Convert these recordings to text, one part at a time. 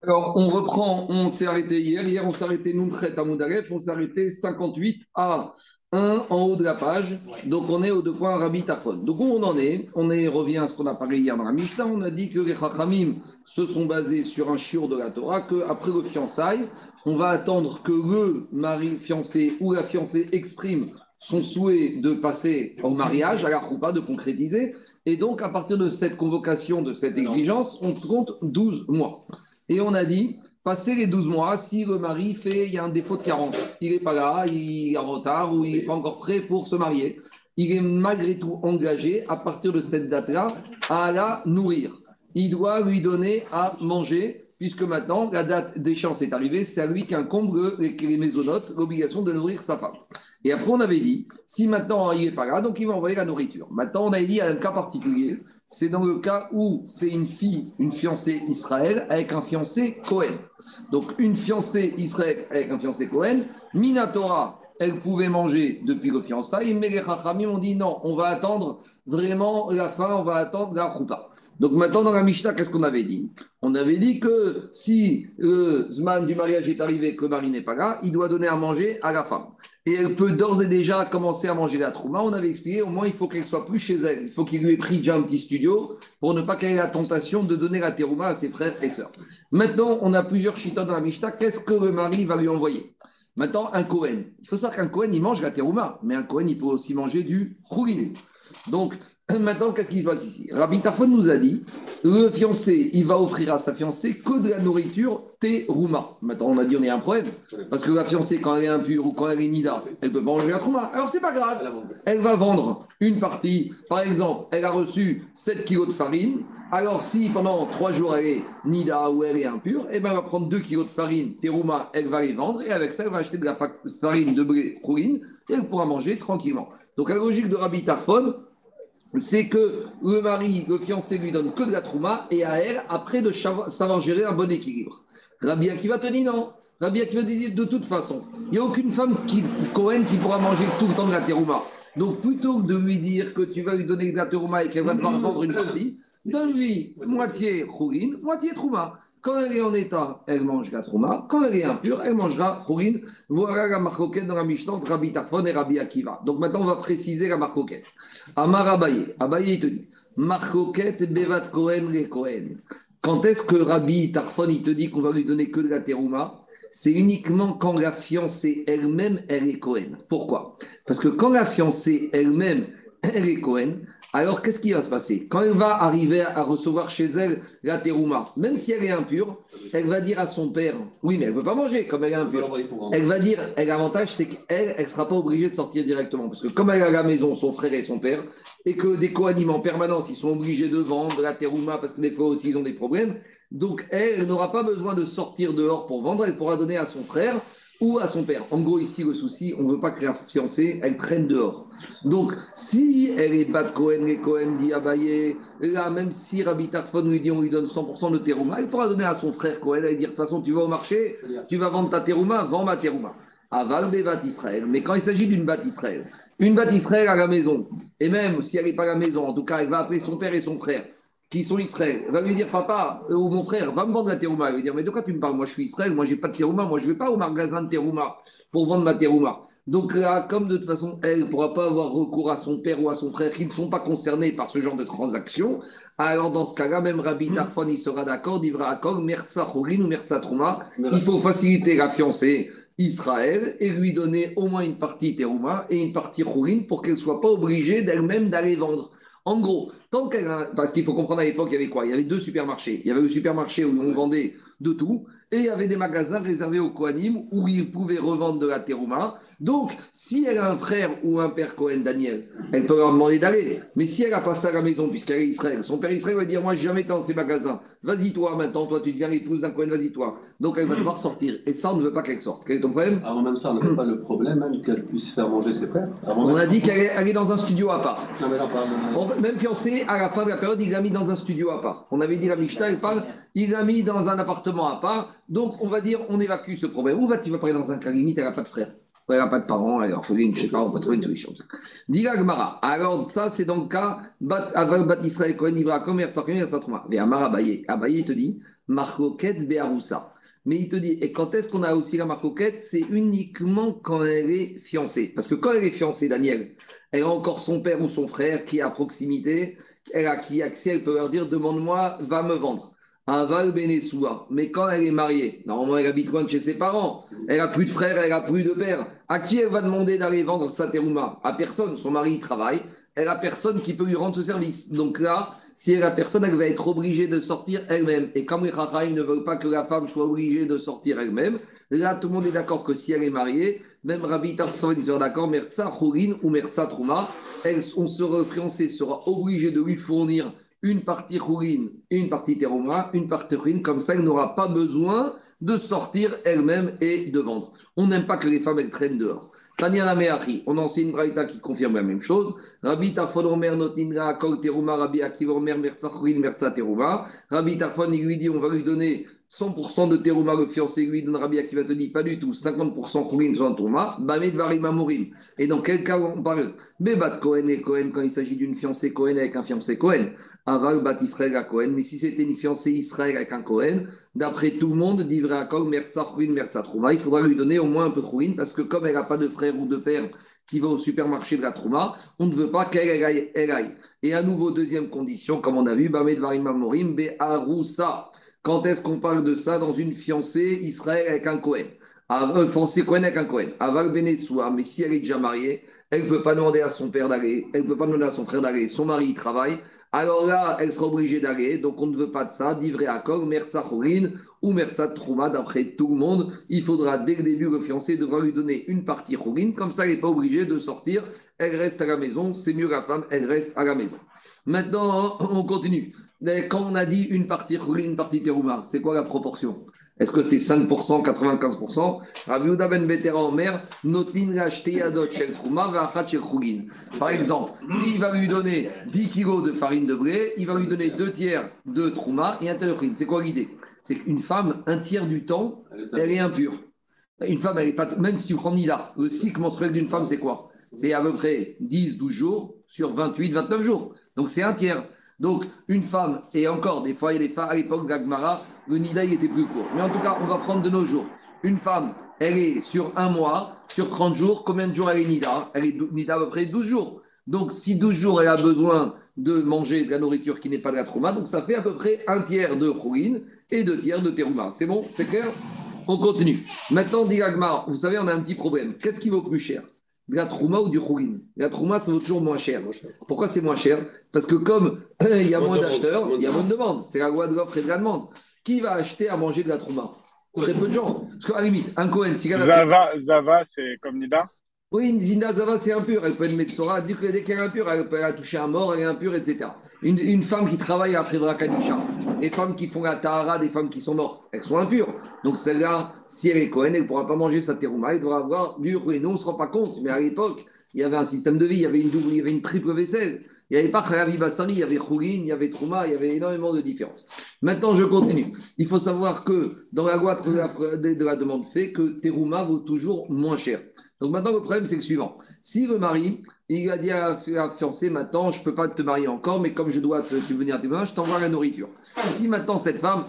Alors, on reprend, on s'est arrêté hier. Hier, on s'est arrêté Nuntret à Moudaref, on s'est arrêté 58 à 1 en haut de la page. Donc, on est au deux points Rabbi Tarfon. Donc, où on en est? Revient à ce qu'on a parlé hier dans la Mishnah. On a dit que les Chachamim se sont basés sur un shiur de la Torah, qu'après le fiançailles, on va attendre que le mari fiancé ou la fiancée exprime son souhait de passer au mariage, à la choupa, de concrétiser. Et donc, à partir de cette convocation, de cette exigence, on compte 12 mois. Et on a dit, passer les 12 mois, si le mari fait, il y a un défaut de carence, il n'est pas là, il est en retard ou il n'est pas encore prêt pour se marier, il est malgré tout engagé à partir de cette date-là à la nourrir. Il doit lui donner à manger, puisque maintenant la date d'échéance est arrivée, c'est à lui qu'incombe les mésonotes, l'obligation de nourrir sa femme. Et après, on avait dit, si maintenant il n'est pas là, donc il va envoyer la nourriture. Maintenant, on avait dit, il y a un cas particulier, c'est dans le cas où c'est une fille, une fiancée Israël avec un fiancé Cohen. Donc une fiancée Israël avec un fiancé Cohen, Minatora, elle pouvait manger depuis le fiançailles, mais les Chachamim ont dit non, on va attendre vraiment la fin, on va attendre la Choupa. Donc maintenant dans la Mishnah, qu'est-ce qu'on avait dit? On avait dit que si le Zman du mariage est arrivé, que le mari n'est pas là, il doit donner à manger à la femme. Et elle peut d'ores et déjà commencer à manger la trouma. On avait expliqué, au moins, il faut qu'elle soit plus chez elle. Il faut qu'il lui ait pris déjà un petit studio pour ne pas qu'elle ait la tentation de donner la terouma à ses frères et sœurs. Maintenant, on a plusieurs chitas dans la Mishnah. Qu'est-ce que le mari va lui envoyer? Maintenant, un Kohen. Il faut savoir qu'un Kohen, il mange la terouma, mais un Kohen, il peut aussi manger du choulin. Donc, maintenant, qu'est-ce qui se passe ici? Rabbi Tarfon nous a dit, le fiancé, il va offrir à sa fiancée que de la nourriture terouma. Maintenant, on a dit, on est un problème. Parce que la fiancée, quand elle est impure ou quand elle est nida, elle peut pas manger la trouma. Alors, c'est pas grave. Elle va vendre une partie. Par exemple, elle a reçu 7 kilos de farine. Alors, si pendant 3 jours elle est nida ou elle est impure, eh ben, elle va prendre 2 kilos de farine terouma, elle va les vendre. Et avec ça, elle va acheter de la farine de blé rouline et elle pourra manger tranquillement. Donc, la logique de Rabbi Tarfon, c'est que le mari, le fiancé lui donne que de la trouma et à elle, après, de savoir gérer un bon équilibre. Rabbi Akiva te dit non. Rabbi Akiva te dit de toute façon, il n'y a aucune femme Cohen qui pourra manger tout le temps de la terouma. Donc plutôt que de lui dire que tu vas lui donner de la terouma et qu'elle va devoir vendre une partie, donne-lui moitié chourine, moitié trouma. Quand elle est en état, elle mange la trouma. Quand elle est impure, elle mangera chourine. Voilà la marcoquette dans la Mishnah entre Rabbi Tarfon et Rabbi Akiva. Donc maintenant, on va préciser la marcoquette. Amar Abaye. Abaye, il te dit marcoquette bevat Cohen les Cohen. Quand est-ce que Rabbi Tarfon, il te dit qu'on va lui donner que de la terouma? C'est uniquement quand la fiancée elle-même, elle est Cohen. Pourquoi? Parce que quand la fiancée elle-même, elle est Cohen, alors qu'est-ce qui va se passer? Quand elle va arriver à recevoir chez elle la terouma, même si elle est impure, elle va dire à son père, oui, mais elle ne peut pas manger comme elle est impure. Elle va dire, l'avantage, c'est qu'elle ne sera pas obligée de sortir directement. Parce que comme elle a à la maison son frère et son père, et que des co-animes en permanence, ils sont obligés de vendre la terouma parce que des fois aussi ils ont des problèmes, donc elle n'aura pas besoin de sortir dehors pour vendre, elle pourra donner à son frère ou à son père. En gros, ici, le souci, on ne veut pas que la fiancée, elle traîne dehors. Donc, si elle est pas de Cohen, les Cohen dit Abaye, là, même si Rabbi Tarfon lui dit on lui donne 100% de terouma, elle pourra donner à son frère Cohen, elle va dire de toute façon, tu vas au marché, tu vas vendre ta terouma, vends ma terouma. Aval Bevat Israël. Mais quand il s'agit d'une bat Israël, une bat Israël à la maison, et même si elle n'est pas à la maison, en tout cas, elle va appeler son père et son frère qui sont Israël, va lui dire papa ou mon frère, va me vendre la terouma. Il va dire mais de quoi tu me parles? Moi je suis Israël, moi j'ai pas de terouma, moi je vais pas au magasin de terouma pour vendre ma terouma. Donc là, comme de toute façon, elle ne pourra pas avoir recours à son père ou à son frère qui ne sont pas concernés par ce genre de transaction, alors dans ce cas-là, même Rabbi Tarfon, il sera d'accord, il dira d'accord, Merza Chorin ou Merza Trouma, il faut faciliter la fiancée Israël et lui donner au moins une partie terouma et une partie Chorin pour qu'elle ne soit pas obligée d'elle-même d'aller vendre. En gros, tant qu'elle a... Parce qu'il faut comprendre à l'époque, il y avait quoi? Il y avait deux supermarchés. Il y avait le supermarché où on vendait de tout, et il y avait des magasins réservés aux Kohanim où ils pouvaient revendre de la terouma. Donc, si elle a un frère ou un père Cohen, Daniel, elle peut leur demander d'aller. Mais si elle a pas ça à la maison, puisqu'elle est Israël, son père Israël va dire moi, j'ai jamais été dans ces magasins. Vas-y, toi, maintenant, toi, tu deviens l'épouse d'un Cohen, vas-y, toi. Donc, elle va devoir sortir. Et ça, on ne veut pas qu'elle sorte. Quel est ton problème? Avant même ça, on n'avait pas le problème même qu'elle puisse faire manger ses frères. On a dit qu'elle est dans un studio à part. Non, mais là, pardon. Même fiancé, à la fin de la période, il l'a mis dans un studio à part. On avait dit la Mishnah, il parle, il l'a mis dans un appartement à part. Donc, on va dire, on évacue ce problème. Où va-t-il parler dans un cas limite, elle n'a pas de frère? Elle n'a pas de parents, elle est orpheline, je ne sais pas, on va trouver une solution. Diga Gmara. Alors, ça, c'est dans le cas, Aval Bat Israël Kohen Ivra Komer Tsakim Yatsatrouma. Mais Amar Abaye, Abaye il te dit, Marcoquette Bearoussa. Mais il te dit, et quand est-ce qu'on a aussi la marcoquette? C'est uniquement quand elle est fiancée. Parce que quand elle est fiancée, Daniel, elle a encore son père ou son frère qui est à proximité, elle a qui accès, elle peut leur dire, demande-moi, va me vendre. Aval Benessoua. Mais quand elle est mariée, normalement elle habite loin de chez ses parents, elle a plus de frères, elle a plus de père. À qui elle va demander d'aller vendre sa terouma? À personne. Son mari travaille, elle a personne qui peut lui rendre ce service. Donc là, si elle a personne, elle va être obligée de sortir elle-même. Et comme les Chachamim ne veulent pas que la femme soit obligée de sortir elle-même, là tout le monde est d'accord que si elle est mariée, même Rabbi Tarfon ils sont d'accord, Mertsa Chorin ou Mertsa Trouma, on sera fiancé sera obligé de lui fournir une partie chourine, une partie terouma, une partie chourine, comme ça, elle n'aura pas besoin de sortir elle-même et de vendre. On n'aime pas que les femmes elles traînent dehors. Tania la Meachi, on enseigne une braïta qui confirme la même chose. Rabbi Tarfon Omer Notninra Kol Teruma, Rabbi Akiva Omer Merza Chourine Merza Teruma. Rabbi Tarfon, il lui dit on va lui donner 100% de Teruma, le fiancé lui donne Rabbi Akiva te dit pas du tout, 50% Chourine, 60 Teruma, Bamed Varim Amorim. Et dans quel cas on parle Bebat Cohen et Cohen quand il s'agit d'une fiancée Cohen avec un fiancé Cohen. Aval Bat Israël à Cohen. Mais si c'était une fiancée Israël avec un Cohen, d'après tout le monde, d'Ivra Akol, Merza Chouin, Merza Trouma, il faudra lui donner au moins un peu de Chouin, parce que comme elle n'a pas de frère ou de père qui va au supermarché de la Trouma, on ne veut pas qu'elle aille. Et à nouveau, deuxième condition, comme on a vu, Bamed Varim Amorim, Be'aroussa. Quand est-ce qu'on parle de ça dans une fiancée Israël avec un Cohen? Fiancée Cohen avec un Cohen. Aval Benessoua, mais si elle est déjà mariée, elle ne peut pas demander à son père d'aller, elle ne peut pas demander à son frère d'aller, son mari travaille, alors là, elle sera obligée d'aller, donc on ne veut pas de ça, d'ivrer à Kol, Merza Chorin ou Merza Trouma, d'après tout le monde, il faudra dès le début, le fiancé devra lui donner une partie Chorin, comme ça elle n'est pas obligée de sortir, elle reste à la maison, c'est mieux la femme, elle reste à la maison. Maintenant, on continue. Quand on a dit une partie Chorin, une partie Terouma, c'est quoi la proportion? Est-ce que c'est 5%, 95%? Rabbi Yehuda ben Betera Omer, Notin l'acheter adot shel Trouma, va'achat shel Chougin. Par exemple, s'il va lui donner 10 kilos de farine de blé, il va lui donner 2 tiers de Trouma et un tiers de Chougin. C'est quoi l'idée? C'est qu'une femme, un tiers du temps, elle est impure. Une femme, elle est pas, même si tu prends Nida, le cycle menstruel d'une femme, c'est quoi? C'est à peu près 10-12 jours sur 28-29 jours. Donc c'est un tiers. Donc une femme, et encore, des fois, il y a des femmes, à l'époque d'Agmara, le Nida, il était plus court. Mais en tout cas, on va prendre de nos jours. Une femme, elle est sur un mois, sur 30 jours, combien de jours elle est Nida? Elle est Nida à peu près 12 jours. Donc si 12 jours, elle a besoin de manger de la nourriture qui n'est pas de la trouma, donc ça fait à peu près un tiers de Khourin et 2 tiers de terouma. C'est bon? C'est clair? On continue. Maintenant, dit Agmar, vous savez, on a un petit problème. Qu'est-ce qui vaut plus cher? De la trouma ou du khourin? La trouma, ça vaut toujours moins cher. Pourquoi c'est moins cher? Parce que comme il y a moins d'acheteurs, il y a moins de demandes. C'est la loi de l'offre et de la demande. Qui va acheter à manger de la trouma? Très peu de gens. Parce qu'à la limite, un Cohen, si Zava, c'est comme Nida? oui, une Zinda Zava, c'est impur. Elle peut être Metsora. Dès qu'elle est impure, elle a touché un mort, elle est impure, etc. Une femme qui travaille à Khevra Kadisha, les femmes qui font la Tahara, des femmes qui sont mortes, elles sont impures. Donc celle-là, si elle est Cohen, elle ne pourra pas manger sa terouma, elle devra avoir du et nous, on ne se rend pas compte. Mais à l'époque, il y avait un système de vie, il y avait une double, il y avait une triple vaisselle. Il n'y avait pas Khalavi Bassari, il y avait Khourin, il y avait Trouma, il y avait énormément de différences. Maintenant, je continue. Il faut savoir que dans la loi de la demande fait que terouma vaut toujours moins cher. Donc maintenant, le problème, c'est le suivant. Si le mari, il a dit à la fiancée, maintenant, je ne peux pas te marier encore, mais comme je dois te subvenir à tes besoins, je t'envoie la nourriture. Et si maintenant, cette femme,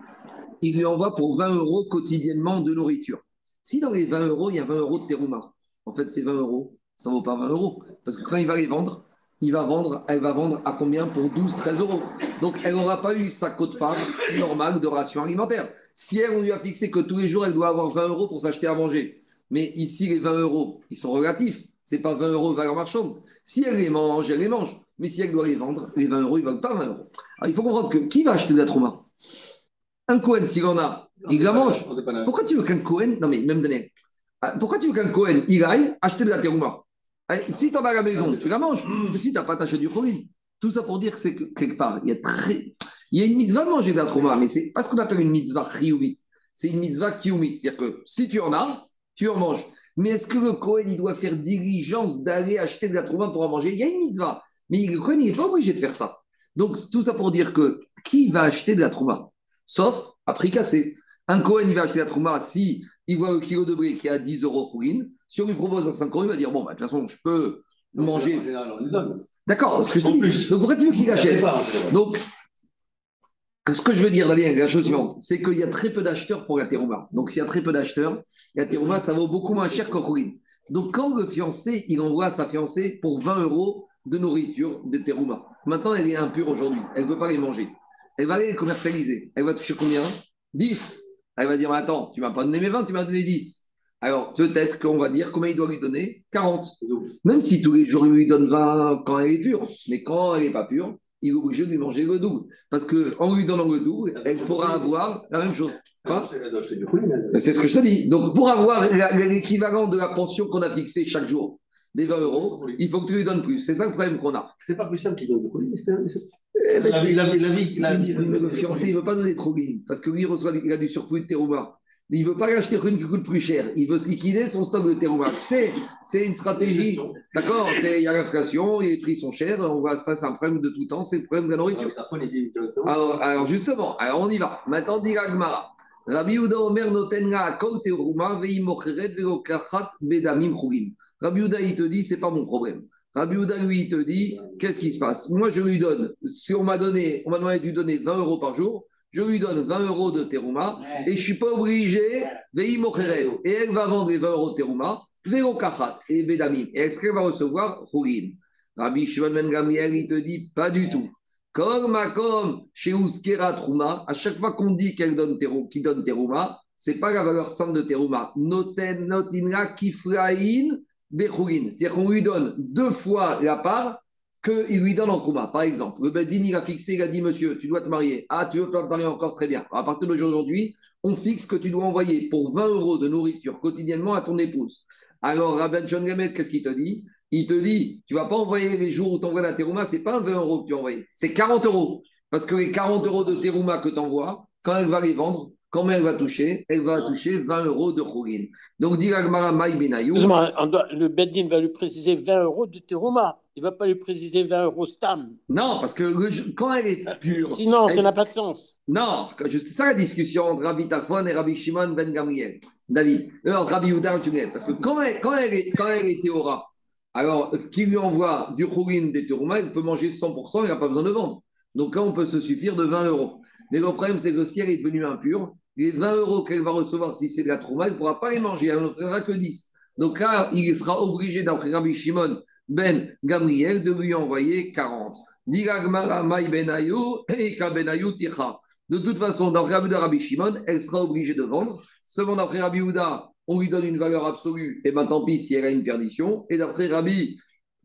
il lui envoie pour 20 euros quotidiennement de nourriture. Si dans les 20 euros, il y a 20 euros de terouma, en fait, ces 20 euros, ça ne vaut pas 20 euros. Parce que quand il va les vendre, elle va vendre à combien? Pour 12-13 euros. Donc, elle n'aura pas eu sa quote-part normale de ration alimentaire. Si elle, on lui a fixé que tous les jours, elle doit avoir 20 euros pour s'acheter à manger, mais ici, les 20 euros, ils sont relatifs. Ce n'est pas 20 euros de valeur marchande. Si elle les mange, elle les mange. Mais si elle doit les vendre, les 20 euros, ils ne valent pas 20 euros. Alors, il faut comprendre que qui va acheter de la trauma? Un Cohen, s'il en a, il la mange. Pourquoi tu veux qu'un Cohen, non mais même Daniel, pourquoi tu veux qu'un Cohen, il aille acheter de la terouma? Si tu en as à la maison, tu la manges. Mais si tu n'as pas t'acheter du Cohen. Tout ça pour dire que c'est que quelque part, il y a une mitzvah de manger de la trauma, mais c'est pas ce qu'on appelle une mitzvah chiyuvit. C'est une mitzvah kiyumit. C'est-à-dire que si tu en as, tu en manges. Mais est-ce que le Cohen, il doit faire diligence d'aller acheter de la trauma pour en manger? Il y a une mitzvah. Mais le Cohen, il n'est pas obligé de faire ça. Donc, tout ça pour dire que qui va acheter de la trauma? Sauf à prix cassé. Un Cohen, il va acheter la Trouma si il voit le kilo de blé qui est à 10 euros Khourin. Si on lui propose à 5 euros, il va dire bon, bah, de toute façon, je peux Donc, en manger. général, on lui donne. D'accord, ce que je te En dis. plus. Donc pourquoi tu veux qu'il Il a achète? fait pas, en général. Donc, ce que je veux dire, Daniel, la chose suivante, c'est qu'il y a très peu d'acheteurs pour la terouma. Donc, s'il y a très peu d'acheteurs, la terouma, ça vaut beaucoup moins cher qu'en Khourin. Donc, quand le fiancé, il envoie sa fiancée pour 20 euros de nourriture de terouma. Maintenant, elle est impure aujourd'hui. Elle ne peut pas les manger. Elle va les commercialiser. Elle va toucher combien? 10. Elle va dire, mais attends, tu ne m'as pas donné mes 20, tu m'as donné 10. Alors, peut-être qu'on va dire combien il doit lui donner? 40. Même si tous les jours, il lui donne 20 quand elle est pure. Mais quand elle n'est pas pure, il est obligé de lui manger le double. Parce qu'en lui donnant le double, elle pourra avoir la même chose. Quoi? C'est ce que je te dis. Donc, pour avoir l'équivalent de la pension qu'on a fixée chaque jour, des 20 euros, il faut que tu lui donnes plus. C'est ça le problème qu'on a. C'est pas plus simple qu'il donne beaucoup. Le fiancé, il ne veut pas donner trop de parce que lui, il a du surplus de terouma. Il ne veut pas acheter une qui coûte plus cher. Il veut se liquider son stock de terouma. Tu sais, c'est une stratégie. D'accord? Il y a l'inflation, les prix sont chers. On voit ça, c'est un problème de tout temps. C'est le problème de la nourriture. Alors justement, alors on y va. Maintenant, dit la Gemara. Rabbi Yehuda Omer notenra kol terouma veimocheret velokachat bedamim chugin. Rabbi Yehuda, il te dit, c'est pas mon problème. Rabbi Yehuda, lui, il te dit, qu'est-ce qui se passe? Moi, je lui donne, si on m'a demandé de lui donner 20 euros par jour, je lui donne 20 euros de terouma et je ne suis pas obligé, veimocheret. Et elle va vendre les 20 euros de terouma, velokachat et bedamim. Et est-ce qu'elle va recevoir chugin? Rabbi Shimon ben Gamliel, il te dit, pas du tout. Comme chez Ouskera Trouma, à chaque fois qu'on dit qu'il donne Terouma, ce n'est pas la valeur simple de Terouma. Notinra Kifraïn Bechourin. C'est-à-dire qu'on lui donne 2 fois la part qu'il lui donne en Trouma. Par exemple, le Bedin, il a fixé, il a dit, monsieur, tu dois te marier. Ah, tu veux pas te marier encore, très bien. À partir d'aujourd'hui, on fixe que tu dois envoyer pour 20 euros de nourriture quotidiennement à ton épouse. Alors, Rabban John Gamet, qu'est-ce qu'il te dit? Il te dit, tu ne vas pas envoyer les jours où tu envoies la terouma, ce n'est pas un 20 euros que tu envoies, c'est 40 euros. Parce que les 40 euros de terouma que tu envoies, quand elle va les vendre, combien elle va toucher? Elle va toucher 20 euros de chourine. Donc, dit Agmara Maï Benayou. Le Beddin va lui préciser 20 euros de terouma. Il ne va pas lui préciser 20 euros stam. Non, parce que quand elle est pure. Sinon, ça n'a pas de sens. Non, c'est ça la discussion entre Rabbi Tarfon et Rabbi Shimon ben Gamriel. David, alors Rabbi Yehuda parce que quand elle est théora, alors qui lui envoie du chourine des terouma, il peut manger 100%, il n'a pas besoin de vendre. Donc là, on peut se suffire de 20 euros. Mais le problème, c'est que si elle est devenue impure, les 20 euros qu'elle va recevoir si c'est de la trouma, elle ne pourra pas les manger, elle n'en fera que 10. Donc là, il sera obligé, d'après Rabbi Shimon ben Gamriel, de lui envoyer 40. De toute façon, d'après Rabbi Shimon, elle sera obligée de vendre. Seulement, d'après Rabbi Yehuda, on lui donne une valeur absolue, et bien tant pis si elle a une perdition. Et d'après Rabbi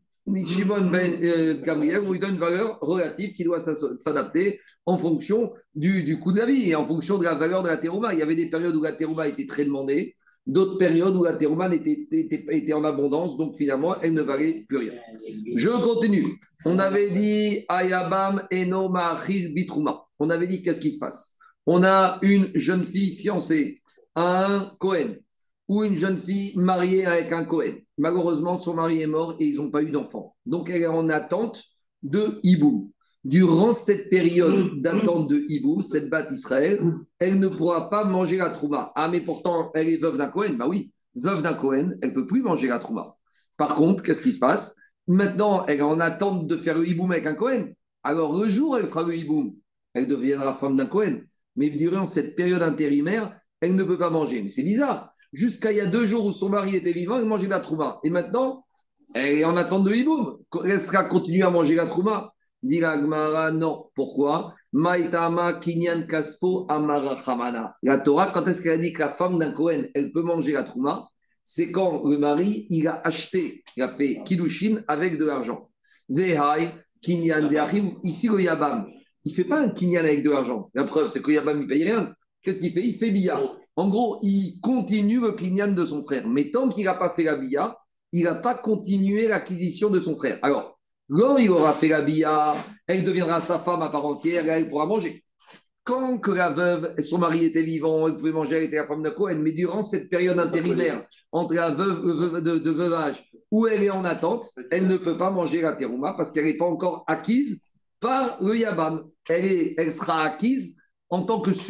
Shimon ben Gamriel, on lui donne une valeur relative qui doit s'adapter en fonction du coût de la vie et en fonction de la valeur de la terouma. Il y avait des périodes où la terouma était très demandée, d'autres périodes où la terouma était en abondance, donc finalement, elle ne valait plus rien. Je continue. On avait dit Ayabam Eno Ma'achil Bitrouma. On avait dit qu'est-ce qui se passe? On a une jeune fille fiancée à un Cohen ou une jeune fille mariée avec un Cohen. Malheureusement, son mari est mort et ils n'ont pas eu d'enfant. Donc, elle est en attente de hiboum. Durant cette période d'attente de hiboum, cette batte Israël, elle ne pourra pas manger la trouma. Ah, mais pourtant, elle est veuve d'un Cohen. Bah oui, veuve d'un Cohen, elle ne peut plus manger la trouma. Par contre, qu'est-ce qui se passe? Maintenant, elle est en attente de faire le hiboum avec un Cohen. Alors, le jour où elle fera le hiboum, elle deviendra femme d'un Cohen. Mais durant cette période intérimaire, elle ne peut pas manger. Mais c'est bizarre. Jusqu'à il y a 2 jours où son mari était vivant, elle mangeait la trouma. Et maintenant, elle est en attente de hiboum. Elle sera continuer à manger la trouma. Dit la Gemara, non. Pourquoi? Maïtama kinyan kaspo amara chamana. La Torah, quand est-ce qu'elle a dit que la femme d'un Cohen, elle peut manger la trouma? C'est quand le mari, il a acheté, il a fait kiddushin avec de l'argent. Vehai kinyan deachim. Ici, le yabam, il ne fait pas un kinyan avec de l'argent. La preuve, c'est que le yabam, il ne paye rien. Qu'est-ce qu'il fait? Il fait billard. En gros, il continue le kinyan de son frère. Mais tant qu'il n'a pas fait la billa, il n'a pas continué l'acquisition de son frère. Alors, quand il aura fait la billa, elle deviendra sa femme à part entière et elle pourra manger. Quand que la veuve, son mari était vivant, elle pouvait manger, elle était la femme de Cohen. Mais durant cette période intérimaire, entre la veuve de veuvage où elle est en attente, elle ne peut pas manger la terouma parce qu'elle n'est pas encore acquise par le Yabam. Elle sera acquise en tant que suite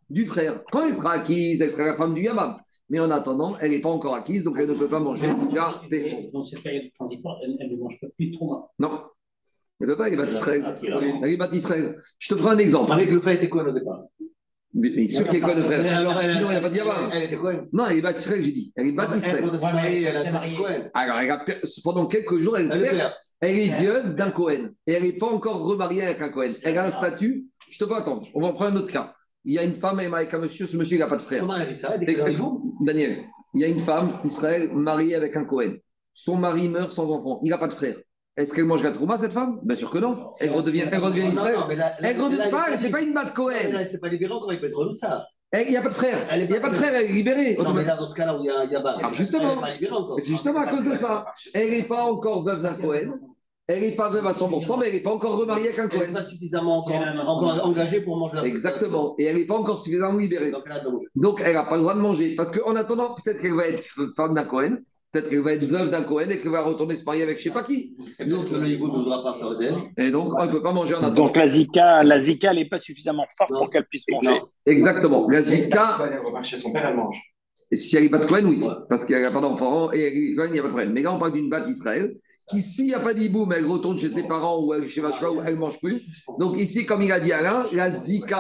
du frère. Quand elle sera acquise, elle sera la femme du Yabam. Mais en attendant, elle n'est pas encore acquise, donc elle ne peut pas manger la terrouma. Dans cette période transitoire, elle ne mange pas plus de trauma. Non, elle ne peut pas, elle est bâtie Israël. Elle est bâtie Israël. Je te prends un exemple. Avec le frère était quoi au départ? Mais sûr qu'elle est quoi le frère? Sinon, il n'y a pas de Yabam. Elle était quoi? Non, elle est bâtie Israël, j'ai dit. Elle est bâtie Israël. Alors, pendant quelques jours, elle est veuve d'un Cohen. Et elle n'est pas encore remariée avec un Cohen. Elle a un statut. Je te peux attendre. On va prendre un autre cas. Il y a une femme, elle est mariée avec un monsieur. Ce monsieur, il n'a pas de frère. Comment elle dit ça? Daniel, il y a une femme, Israël, mariée avec un Cohen. Son mari meurt sans enfant. Il n'a pas de frère. Est-ce qu'elle mange la trouma, cette femme? Bien sûr que non. Elle redevient Israël. Elle ne redevient pas, c'est pas une batte Cohen. Elle s'est pas libérée encore, il peut être relou ça. Il n'y a pas de frère. Il n'y a pas de frère, elle est libérée. Non, mais là, dans ce cas-là où il y a Yabam, justement, elle n'est pas libérée encore. c'est justement à cause de ça. Elle n'est pas encore veuve d'un Cohen. Elle n'est pas veuve à 100%, mais elle n'est pas encore remariée avec un Cohen. Elle n'est pas suffisamment encore engagée pour manger la trouma. Exactement. Et elle n'est pas encore suffisamment libérée. Donc, elle n'a pas le droit de manger. Parce qu'en attendant, peut-être qu'elle va être femme d'un Cohen. Peut-être qu'elle va être veuve d'un Cohen et qu'elle va retourner se marier avec je ne sais pas qui. Donc, le Hiboum ne voudra pas faire d'elle. Et donc, on ne peut pas manger en attendant. Donc, la Zika, elle n'est pas suffisamment forte pour qu'elle puisse manger. Non. Exactement. La Zika. Quand elle va chez son père, elle mange. Et si elle n'est pas de Cohen, oui. Parce qu'elle n'a pas d'enfant et elle est Cohen, il n'y a pas de problème. Mais là, on parle d'une batte Israël qui, s'il n'y a pas d'Hiboum, elle retourne chez ses parents ou chez Vachva où elle ne mange plus. Donc, ici, comme il a dit Alain, la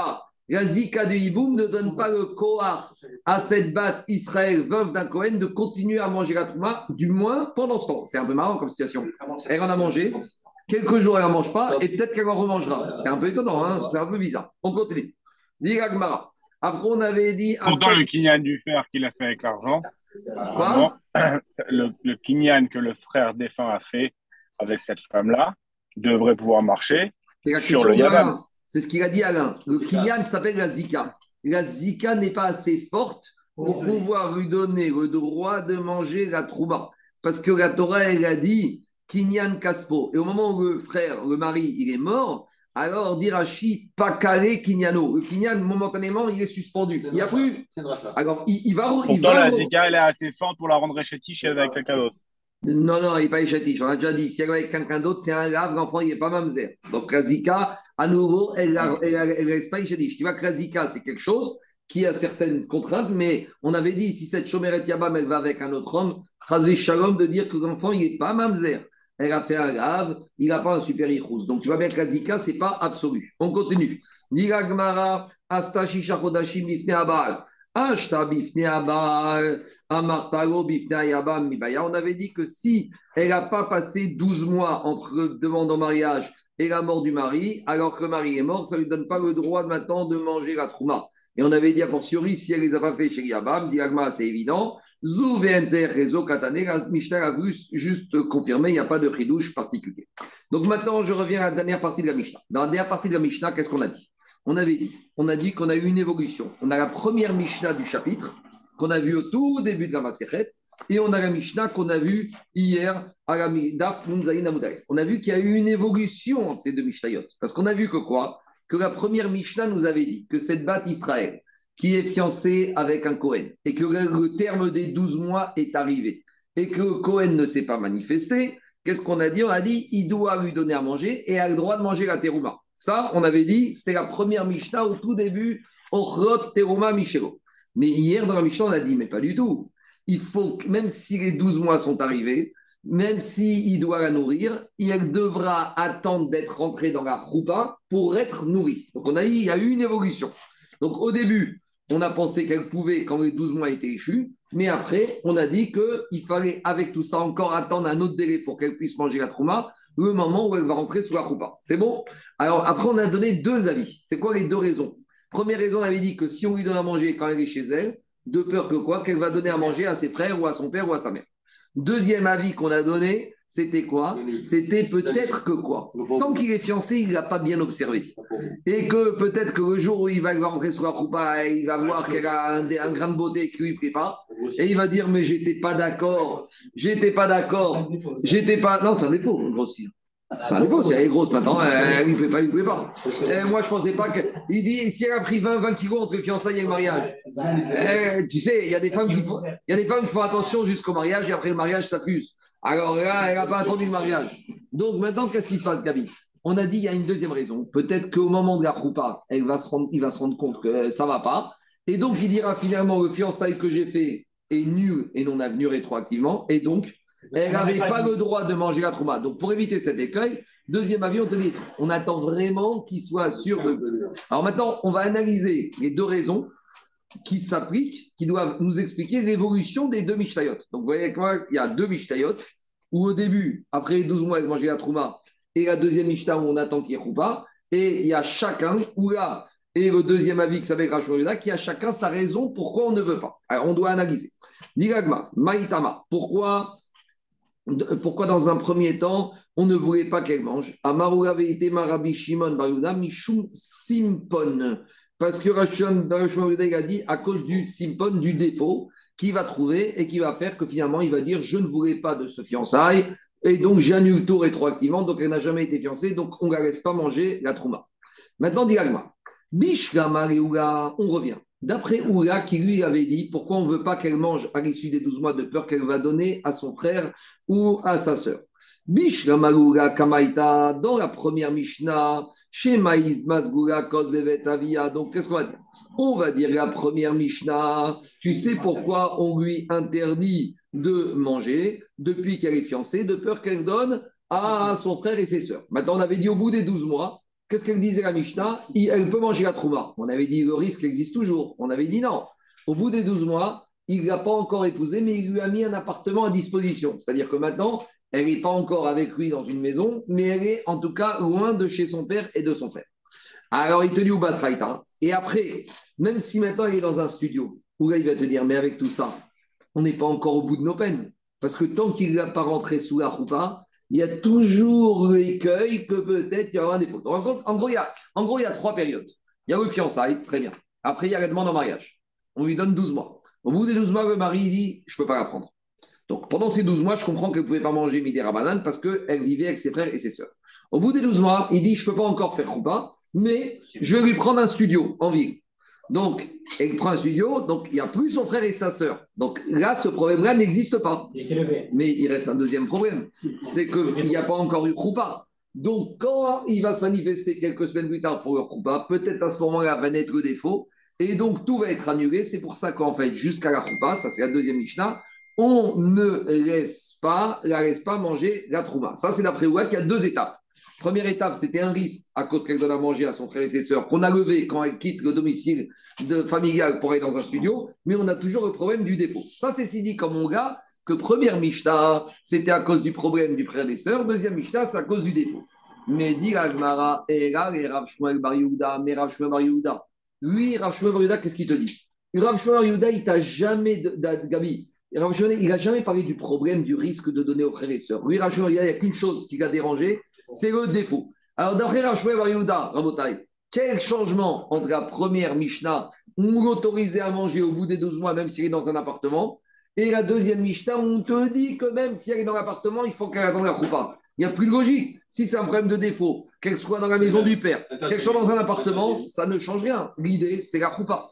Zika de Hiboum ne donne pas le koar à cette batte Israël, veuve d'un Cohen, de continuer à manger la trouma, du moins pendant ce temps. C'est un peu marrant comme situation. Elle en a mangé, quelques jours elle n'en mange pas, et peut-être qu'elle en remangera. C'est un peu étonnant, hein, c'est un peu bizarre. On continue. Dit Agmara. Après, on avait dit. Pourtant, le kinyan du frère qu'il a fait avec l'argent, quoi le kinyan que le frère défunt a fait avec cette femme-là devrait pouvoir marcher sur le Yabam. C'est ce qu'il a dit Alain. Le kinyan s'appelle la Zika. La Zika n'est pas assez forte pour pouvoir lui donner le droit de manger la trouma. Parce que la Torah, elle a dit kinyan kaspo. Et au moment où le frère, le mari, il est mort, alors dit Rashi, pas calé kinyano. Le kinyan, momentanément, il est suspendu. Il n'y a plus. Alors, il va. Pourtant, la Zika, elle est assez forte pour la rendre échétiche avec quelqu'un d'autre. Non, il n'est pas échatiche. On a déjà dit, si elle est avec quelqu'un d'autre, c'est un grave, l'enfant, il n'est pas mamzer. Donc, la Zika, à nouveau, elle ne reste pas échatiche. Tu vois que la Zika, c'est quelque chose qui a certaines contraintes, mais on avait dit, si cette Shomeret Yabam, elle va avec un autre homme, Chazvi Shalom, de dire que l'enfant, il n'est pas mamzer. Elle a fait un grave, il n'a pas un super ichous. Donc, tu vois bien que la Zika, ce n'est pas absolu. On continue. Nira Gmara, Astashi Shachodashim, Bifne Abal. On avait dit que si elle n'a pas passé 12 mois entre le demande en mariage et la mort du mari, alors que le mari est mort, ça ne lui donne pas le droit maintenant de manger la trouma. Et on avait dit a fortiori, si elle ne les a pas fait chez Yabam, Diagma, c'est évident. Zou Rezo Katane, la Mishnah a juste confirmé, il n'y a pas de chidouche particulier. Donc maintenant, je reviens à la dernière partie de la Mishnah. Dans la dernière partie de la Mishnah, qu'est-ce qu'on a dit? On a dit qu'on a eu une évolution. On a la première Mishnah du chapitre qu'on a vue au tout début de la Masechet et on a la Mishnah qu'on a vue hier à la Daf Nunzaïn Amoudaïf. On a vu qu'il y a eu une évolution entre ces deux Mishnayot. Parce qu'on a vu que quoi? Que la première Mishnah nous avait dit que cette batte Israël qui est fiancée avec un Cohen et que le terme des 12 mois est arrivé et que Cohen ne s'est pas manifesté, qu'est-ce qu'on a dit? On a dit il doit lui donner à manger et a le droit de manger la terouma. Ça, on avait dit, c'était la première Mishnah au tout début, Ochrot Teruma Michelo. Mais hier, dans la Mishnah, on a dit, mais pas du tout. Il faut que, même si les 12 mois sont arrivés, même s'il doit la nourrir, il devra attendre d'être rentré dans la choupa pour être nourri. Donc, on a dit, il y a eu une évolution. Donc, au début, on a pensé qu'elle pouvait, quand les 12 mois étaient échus, mais après, on a dit qu'il fallait, avec tout ça, encore attendre un autre délai pour qu'elle puisse manger la trouma, le moment où elle va rentrer sous la choupa. C'est bon? Alors, après, on a donné deux avis. C'est quoi les deux raisons? Première raison, on avait dit que si on lui donne à manger quand elle est chez elle, de peur que quoi? Qu'elle va donner à manger à ses frères ou à son père ou à sa mère. Deuxième avis qu'on a donné, c'était quoi? C'était peut-être que quoi? Tant qu'il est fiancé, il ne l'a pas bien observé. Et que peut-être que le jour où il va rentrer sur la choupa, il va voir qu'elle a un grain de beauté qui ne lui plaît pas. Et il va dire, mais j'étais pas d'accord. Non, c'est un défaut, grossir. C'est un défaut, si elle est grosse maintenant, elle ne lui plaît pas. Moi, je ne pensais pas que. Il dit, si elle a pris 20 kilos entre le fiançailles et le mariage, tu sais, il y a des femmes qui font attention jusqu'au mariage et après le mariage, ça fuse. Alors là, elle n'a pas attendu le mariage. Donc maintenant, qu'est-ce qui se passe, Gabi? On a dit, il y a une deuxième raison. Peut-être qu'au moment de la choupa, il va se rendre compte que ça ne va pas. Et donc, il dira finalement, le fiançailles que j'ai fait est nul et non avenu rétroactivement. Et donc, elle n'avait pas le droit de manger la trouma. Donc, pour éviter cet écueil, deuxième avis, on te dit, on attend vraiment qu'il soit sûr de. Alors maintenant, on va analyser les deux raisons qui s'appliquent, qui doivent nous expliquer l'évolution des deux Mishnayot. Donc, vous voyez avec moi, il y a deux Mishnayot, où au début, après les 12 mois, elle mangeait la trouma, et la deuxième Mishnah où on attend qu'il y ait Choupa, et il y a chacun, où là, et le deuxième avis qui s'appelle Rachorida, qui a chacun sa raison pourquoi on ne veut pas. Alors, on doit analyser. Diragma, Maïtama, pourquoi dans un premier temps, on ne voulait pas qu'elle mange Amaroula veite marabi Shimon Baruda Mishum Simpon. Parce que Rachon il a dit à cause du Simpon, du défaut qu'il va trouver et qui va faire que finalement il va dire je ne voulais pas de ce fiançailles et donc j'annule tout rétroactivement, donc elle n'a jamais été fiancée, donc on ne la laisse pas manger la trouma. Maintenant, dit Agma, Bishla Mariouga, on revient. D'après Oula, qui lui avait dit pourquoi on ne veut pas qu'elle mange à l'issue des 12 mois de peur qu'elle va donner à son frère ou à sa sœur. Bishla Mariouga Kamaita, dans la première Mishnah, chez Maïs Masgula Kod Bevet Avia. Donc, qu'est-ce qu'on va dire? On va dire la première Mishnah, tu sais pourquoi on lui interdit de manger depuis qu'elle est fiancée, de peur qu'elle donne à son frère et ses sœurs. Maintenant, on avait dit au bout des 12 mois, qu'est-ce qu'elle disait la Mishnah? Elle peut manger la trouma. On avait dit le risque existe toujours. On avait dit non. Au bout des 12 mois, il ne l'a pas encore épousée, mais il lui a mis un appartement à disposition. C'est-à-dire que maintenant, elle n'est pas encore avec lui dans une maison, mais elle est en tout cas loin de chez son père et de son frère. Alors il te dit Ubatraïta. Et après, même si maintenant il est dans un studio, où là il va te dire, mais avec tout ça, on n'est pas encore au bout de nos peines. Parce que tant qu'il n'a pas rentré sous la choupa, il y a toujours l'écueil que peut-être il y aura un défaut. Donc, en gros, il y a trois périodes. Il y a le fiançailles, très bien. Après, il y a la demande en mariage. On lui donne 12 mois. Au bout des 12 mois, le mari dit je ne peux pas la prendre. Donc pendant ces 12 mois, je comprends qu'elle ne pouvait pas manger midi rabanan parce qu'elle vivait avec ses frères et ses sœurs. Au bout des 12 mois, il dit je ne peux pas encore faire choupa, mais je vais lui prendre un studio en ville. Donc, elle prend un studio, donc il n'y a plus son frère et sa sœur. Donc là, ce problème-là n'existe pas. Mais il reste un deuxième problème, c'est qu'il n'y a pas encore eu choupa. Donc quand il va se manifester quelques semaines plus tard pour le choupa, peut-être à ce moment-là va naître le défaut, et donc tout va être annulé. C'est pour ça qu'en fait, jusqu'à la choupa, ça c'est la deuxième Mishnah, on ne la laisse pas manger la trouma. Ça c'est d'après Ouad qu'il y a deux étapes. Première étape, c'était un risque à cause qu'elle donne à manger à son frère et ses sœurs, qu'on a levé quand elle quitte le domicile familial pour aller dans un studio, mais on a toujours le problème du défaut. Ça, c'est si dit comme mon gars, que première Mishnah, c'était à cause du problème du frère et des sœurs, deuxième Mishnah, c'est à cause du défaut. Mais dit Agmara, et Rav Shmuel Bar Yehuda, mais Rav Shmuel Bar Yehuda, lui, Rav Shmuel Bar Yehuda, qu'est-ce qu'il te dit? Rav Shmuel Bar Yehuda, il t'a jamais, Gabi, Rav Shmuel, il n'a jamais parlé du problème, du risque de donner aux frères et sœurs. Lui, Rav Shmuel, il n'y a qu'une chose qui l'a dérangé, c'est le défaut. Alors, d'après Rav Shmuel Bar Yehuda, Rabotai, quel changement entre la première Mishnah, où on l'autorisait à manger au bout des 12 mois, même s'il est dans un appartement, et la deuxième Mishnah, où on te dit que même si elle est dans l'appartement, il faut qu'elle attende la choupa. Il n'y a plus de logique. Si c'est un problème de défaut, qu'elle soit dans la maison du père, qu'elle soit dans un appartement, ça ne change rien. L'idée, c'est la choupa.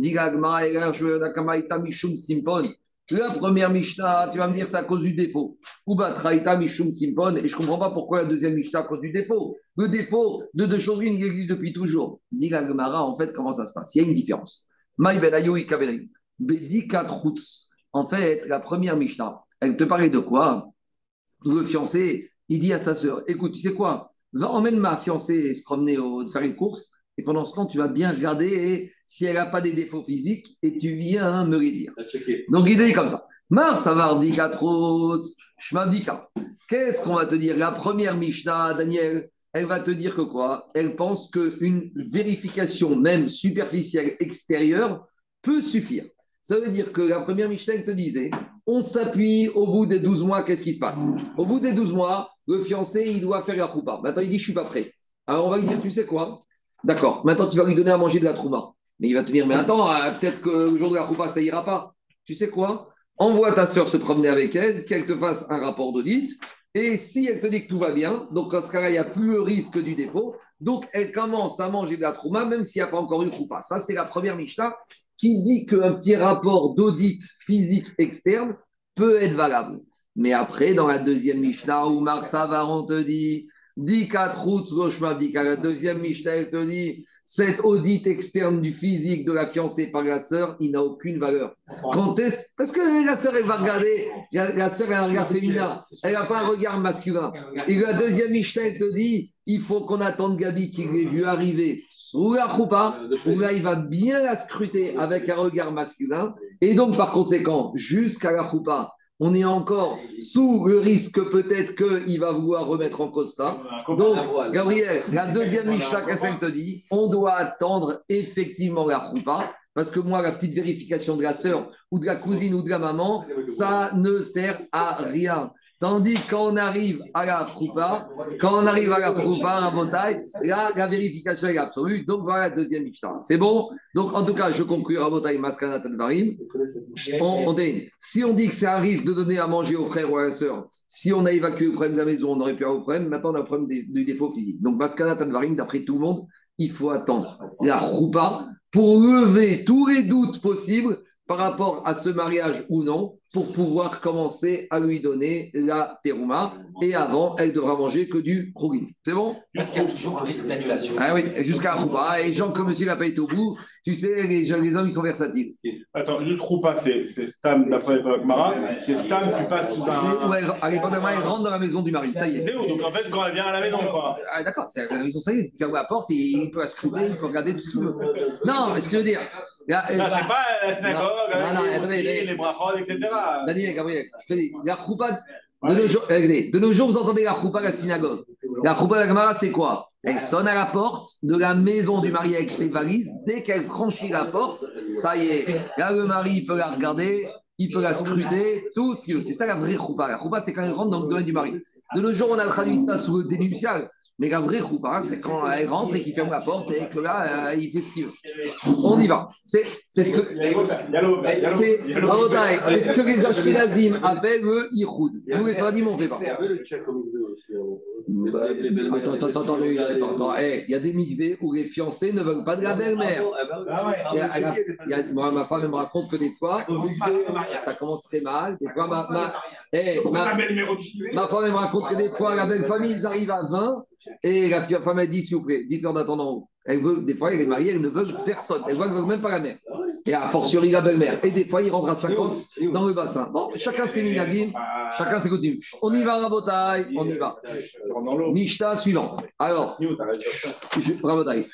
La première Mishnah, tu vas me dire, c'est à cause du défaut. Uba traita mishum simpon. Et je ne comprends pas pourquoi la deuxième Mishnah à cause du défaut. Le défaut de deux choses, il existe depuis toujours. Dit la Gemara, en fait, comment ça se passe? Il y a une différence. Maï benayu ikabenayu. Bedi katrutz. En fait, la première Mishnah, elle te parlait de quoi? Le fiancé, il dit à sa sœur, écoute, tu sais quoi? Va emmène ma fiancée se promener, faire une course. Et pendant ce temps, tu vas bien regarder si elle n'a pas des défauts physiques et tu viens me les dire. Donc, il est comme ça. Marsavardi Katrotz, Shmabdika. Qu'est-ce qu'on va te dire? La première Mishnah, Daniel, elle va te dire que quoi? Elle pense qu'une vérification, même superficielle, extérieure, peut suffire. Ça veut dire que la première Mishnah, elle te disait, on s'appuie au bout des 12 mois, qu'est-ce qui se passe? Au bout des 12 mois, le fiancé, il doit faire la choupa. Maintenant, il dit, je ne suis pas prêt. Alors, on va lui dire, tu sais quoi? D'accord, maintenant tu vas lui donner à manger de la trouma. Mais il va te dire, mais attends, peut-être que le jour de la choupa, ça ira pas. Tu sais quoi? Envoie ta sœur se promener avec elle, qu'elle te fasse un rapport d'audit. Et si elle te dit que tout va bien, donc dans ce cas-là, il n'y a plus le risque du défaut. Donc elle commence à manger de la trouma, même s'il n'y a pas encore eu choupa. Ça, c'est la première Mishnah qui dit qu'un petit rapport d'audit physique externe peut être valable. Mais après, dans la deuxième Mishnah, où Marsavar, on te dit, La deuxième Mishnah, elle te dit, cet audit externe du physique de la fiancée par la sœur, il n'a aucune valeur. Parce que la sœur, elle va regarder, la sœur, elle a un regard féminin, elle n'a pas un regard masculin. Et la deuxième Mishnah, elle te dit, il faut qu'on attende Gabi qui l'ait vu arriver sous la choupa, où là, il va bien la scruter avec un regard masculin. Et donc, par conséquent, jusqu'à la choupa, on est encore sous le risque peut-être qu'il va vouloir remettre en cause ça. Donc, Gabriel, la deuxième Mishnah, qu'est-ce qu'elle te dit? On doit attendre effectivement la choupa, parce que moi, la petite vérification de la sœur ou de la cousine ou de la maman, ça ne sert à rien. Tandis que quand on arrive à la choupa, à Rabotai, là, la vérification est absolue. Donc, voilà la deuxième Mishnah. C'est bon? Donc, en tout cas, je conclue Rabotai Maskana Tadvarim. Si on dit que c'est un risque de donner à manger au frère ou à la sœur, si on a évacué le problème de la maison, on aurait pu avoir le problème. Maintenant, on a le problème du défaut physique. Donc, Maskana Tadvarim, d'après tout le monde, il faut attendre la choupa pour lever tous les doutes possibles par rapport à ce mariage ou non, pour pouvoir commencer à lui donner la terouma. Et avant, elle devra manger que du krougin. C'est bon? Parce qu'il y a toujours un risque d'annulation. Ah oui, jusqu'à Roupa. Et les gens comme monsieur n'a pas été au bout, tu sais, les hommes, ils sont versatiles. Attends, juste Roupa, c'est Stam, d'après l'époque Mara. C'est Stam, tu passes sous un. Ouais, à l'époque de Mara, elle rentre dans la maison du mari. Ça y est. C'est où? Donc en fait, quand elle vient à la maison, quoi. Ah d'accord, c'est à la maison, ça y est. Il ferme la porte, et il peut la scruter, il peut regarder tout ce qu'il veut. Non, mais ce que je veux dire. Ça, c'est pas la synagogue, les brachot, etc. Daniel, Gabriel, je te dis, la choupa, de nos jours, vous entendez la choupa à la synagogue. La choupa de la Gemara, c'est quoi? Elle sonne à la porte de la maison du mari avec ses valises. Dès qu'elle franchit la porte, ça y est. Là, le mari, il peut la regarder, il peut la scruter, tout ce qu'il veut. C'est ça la vraie choupa. La choupa, c'est quand elle rentre dans le domaine du mari. De nos jours, on a traduit ça sous le dénuptial. Mais la vraie choupa, c'est quand elle rentre et qu'il ferme la porte et que là, il fait ce qu'il veut. On y va. C'est ce que les Ashkenazim appellent le Ichoud. Nous, les Saradim, on ne fait pas. Attends. Il y a des mikvés où les fiancés ne veulent pas de la belle-mère. Ma femme me raconte que des fois, ça commence très mal. Des fois, ma femme me raconte que des fois, la belle famille, ils arrivent à 20 et la femme a dit, s'il vous plaît, dites-leur d'attendre. Elle veut, des fois, elle est mariée, elle ne veut personne. Elle ne veut même pas la mère. Et a fortiori la belle-mère. Et des fois, il rentre à 50 dans le bassin. Bon, chacun ses minagim, chacun ses coutumes. On y va, Rabotai, on y va. Mishnah suivante. Alors, Rabotai.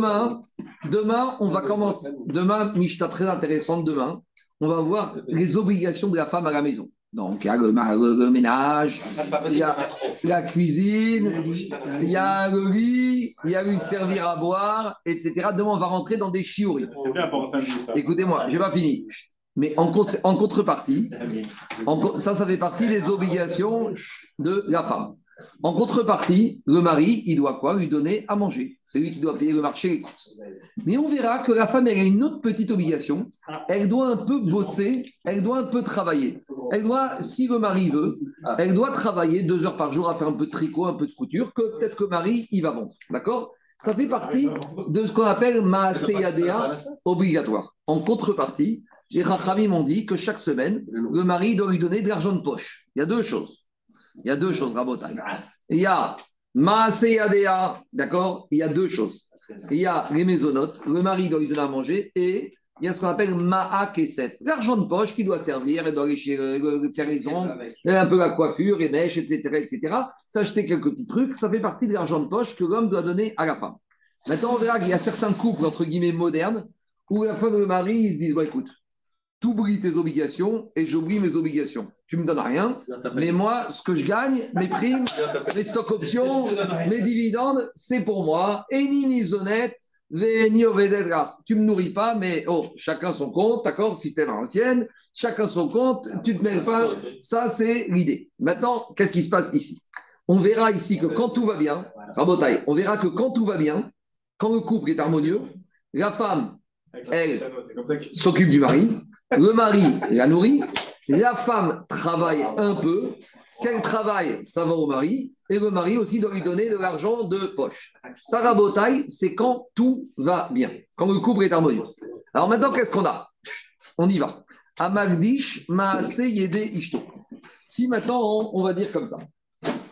Demain, on va commencer. Demain, Mishnah très intéressante. Demain, on va voir les obligations de la femme à la maison. Donc, il y a le ménage, il y a la cuisine, il y a le lit, il y a lui servir à boire, etc. Demain, on va rentrer dans des chiouri. C'est bien pour un samedi, ça. Écoutez-moi, je n'ai pas fini. Mais en contrepartie, ça fait partie des obligations de la femme. En contrepartie, le mari, il doit quoi? Lui donner à manger. C'est lui qui doit payer le marché, les courses. Mais on verra que la femme, elle a une autre petite obligation. Elle doit un peu bosser, elle doit un peu travailler. Elle doit, si le mari veut, elle doit travailler 2 heures par jour à faire un peu de tricot, un peu de couture, que peut-être que le mari, il va vendre. D'accord? Ça fait partie de ce qu'on appelle Maaseyadea obligatoire. En contrepartie, les Rachamim m'ont dit que chaque semaine, le mari doit lui donner de l'argent de poche. Il y a 2 choses. Rabotai. Il y a Maaseyadea, d'accord? Il y a 2 choses. Il y a les maisonnotes, le mari doit lui donner à manger, et il y a ce qu'on appelle Ma'a Kesef, l'argent de poche qui doit servir, elle doit aller faire les ongles, un peu la coiffure, les mèches, etc. S'acheter quelques petits trucs, ça fait partie de l'argent de poche que l'homme doit donner à la femme. Maintenant, on verra qu'il y a certains couples, entre guillemets, modernes, où la femme et le mari, ils se disent, écoute, tu oublies tes obligations et j'oublie mes obligations. Tu ne me donnes rien, mais moi, ce que je gagne, mes primes, mes stock options, mes dividendes, c'est pour moi. Et ni honnête, ni ovededra. Tu ne me nourris pas, mais chacun son compte, d'accord, système à l'ancienne, chacun son compte, tu ne te mêles pas. Ça, c'est l'idée. Maintenant, qu'est-ce qui se passe ici? On verra ici que quand tout va bien, Rabotai, on verra que quand tout va bien, quand le couple est harmonieux, la femme, elle, s'occupe du mari. Le mari la nourrit, la femme travaille un peu, ce qu'elle travaille, ça va au mari, et le mari aussi doit lui donner de l'argent de poche. Sarah Botaille, c'est quand tout va bien, quand le couple est harmonieux. Alors maintenant, qu'est-ce qu'on a? On y va. Amagdish Maase Yede Ishto. Si maintenant, on va dire comme ça,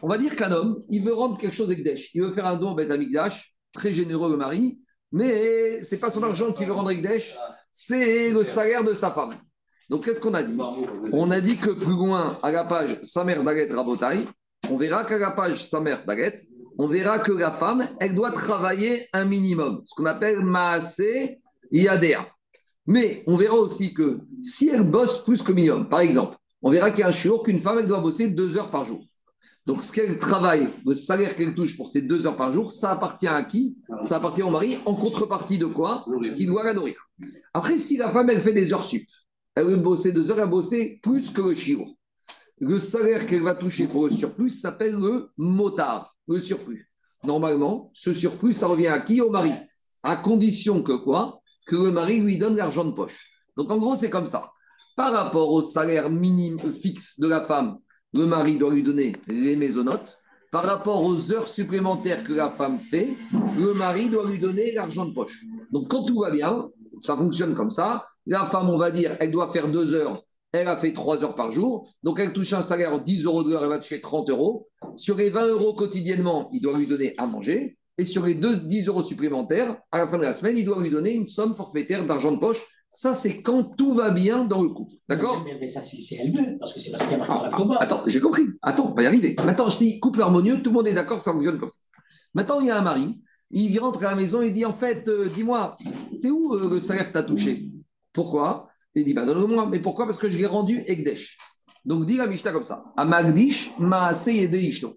On va dire qu'un homme, il veut rendre quelque chose avec Ekdesh. Il veut faire un don à Beth Amikdash, très généreux le mari, mais ce n'est pas son argent qu'il veut rendre Ekdesh, c'est le salaire de sa femme. Donc qu'est-ce qu'on a dit? On a dit que plus loin, à la page Samer Dalet Rabotai, on verra qu'à la page Samer Dalet, on verra que la femme, elle doit travailler un minimum, ce qu'on appelle Maaseh Yadea. Mais on verra aussi que si elle bosse plus que minimum, par exemple, on verra qu'il y a un jour qu'une femme, elle doit bosser 2 heures par jour. Donc, ce qu'elle travaille, le salaire qu'elle touche pour ces 2 heures par jour, ça appartient à qui? Ça appartient au mari, en contrepartie de quoi? Qui doit la nourrir. Après, si la femme, elle fait des heures sup, elle veut bosser 2 heures, elle va bosser plus que le chiot. Le salaire qu'elle va toucher pour le surplus s'appelle le motard, le surplus. Normalement, ce surplus, ça revient à qui? Au mari. À condition que quoi? Que le mari lui donne l'argent de poche. Donc, en gros, c'est comme ça. Par rapport au salaire minime fixe de la femme, le mari doit lui donner les maisonnotes. Par rapport aux heures supplémentaires que la femme fait, le mari doit lui donner l'argent de poche. Donc, quand tout va bien, ça fonctionne comme ça. La femme, on va dire, elle doit faire 2 heures. Elle a fait 3 heures par jour. Donc, elle touche un salaire de 10 euros de l'heure, elle va toucher 30 euros. Sur les 20 euros quotidiennement, il doit lui donner à manger. Et sur les 10 euros supplémentaires, à la fin de la semaine, il doit lui donner une somme forfaitaire d'argent de poche. Ça, c'est quand tout va bien dans le couple. D'accord? Mais ça, c'est elle veut, parce que c'est parce qu'il y a marqué dans la combat. Attends, j'ai compris. Attends, on va y arriver. Maintenant, je dis couple harmonieux, tout le monde est d'accord que ça fonctionne comme ça. Maintenant, il y a un mari, il rentre à la maison, il dit en fait, dis-moi, c'est où le salaire que tu as touché? Pourquoi? Il dit, bah donne-le-moi. Mais pourquoi? Parce que je l'ai rendu Ekdesh. Donc, dit la Mishnah comme ça. Amagdish, Maase Yedishto.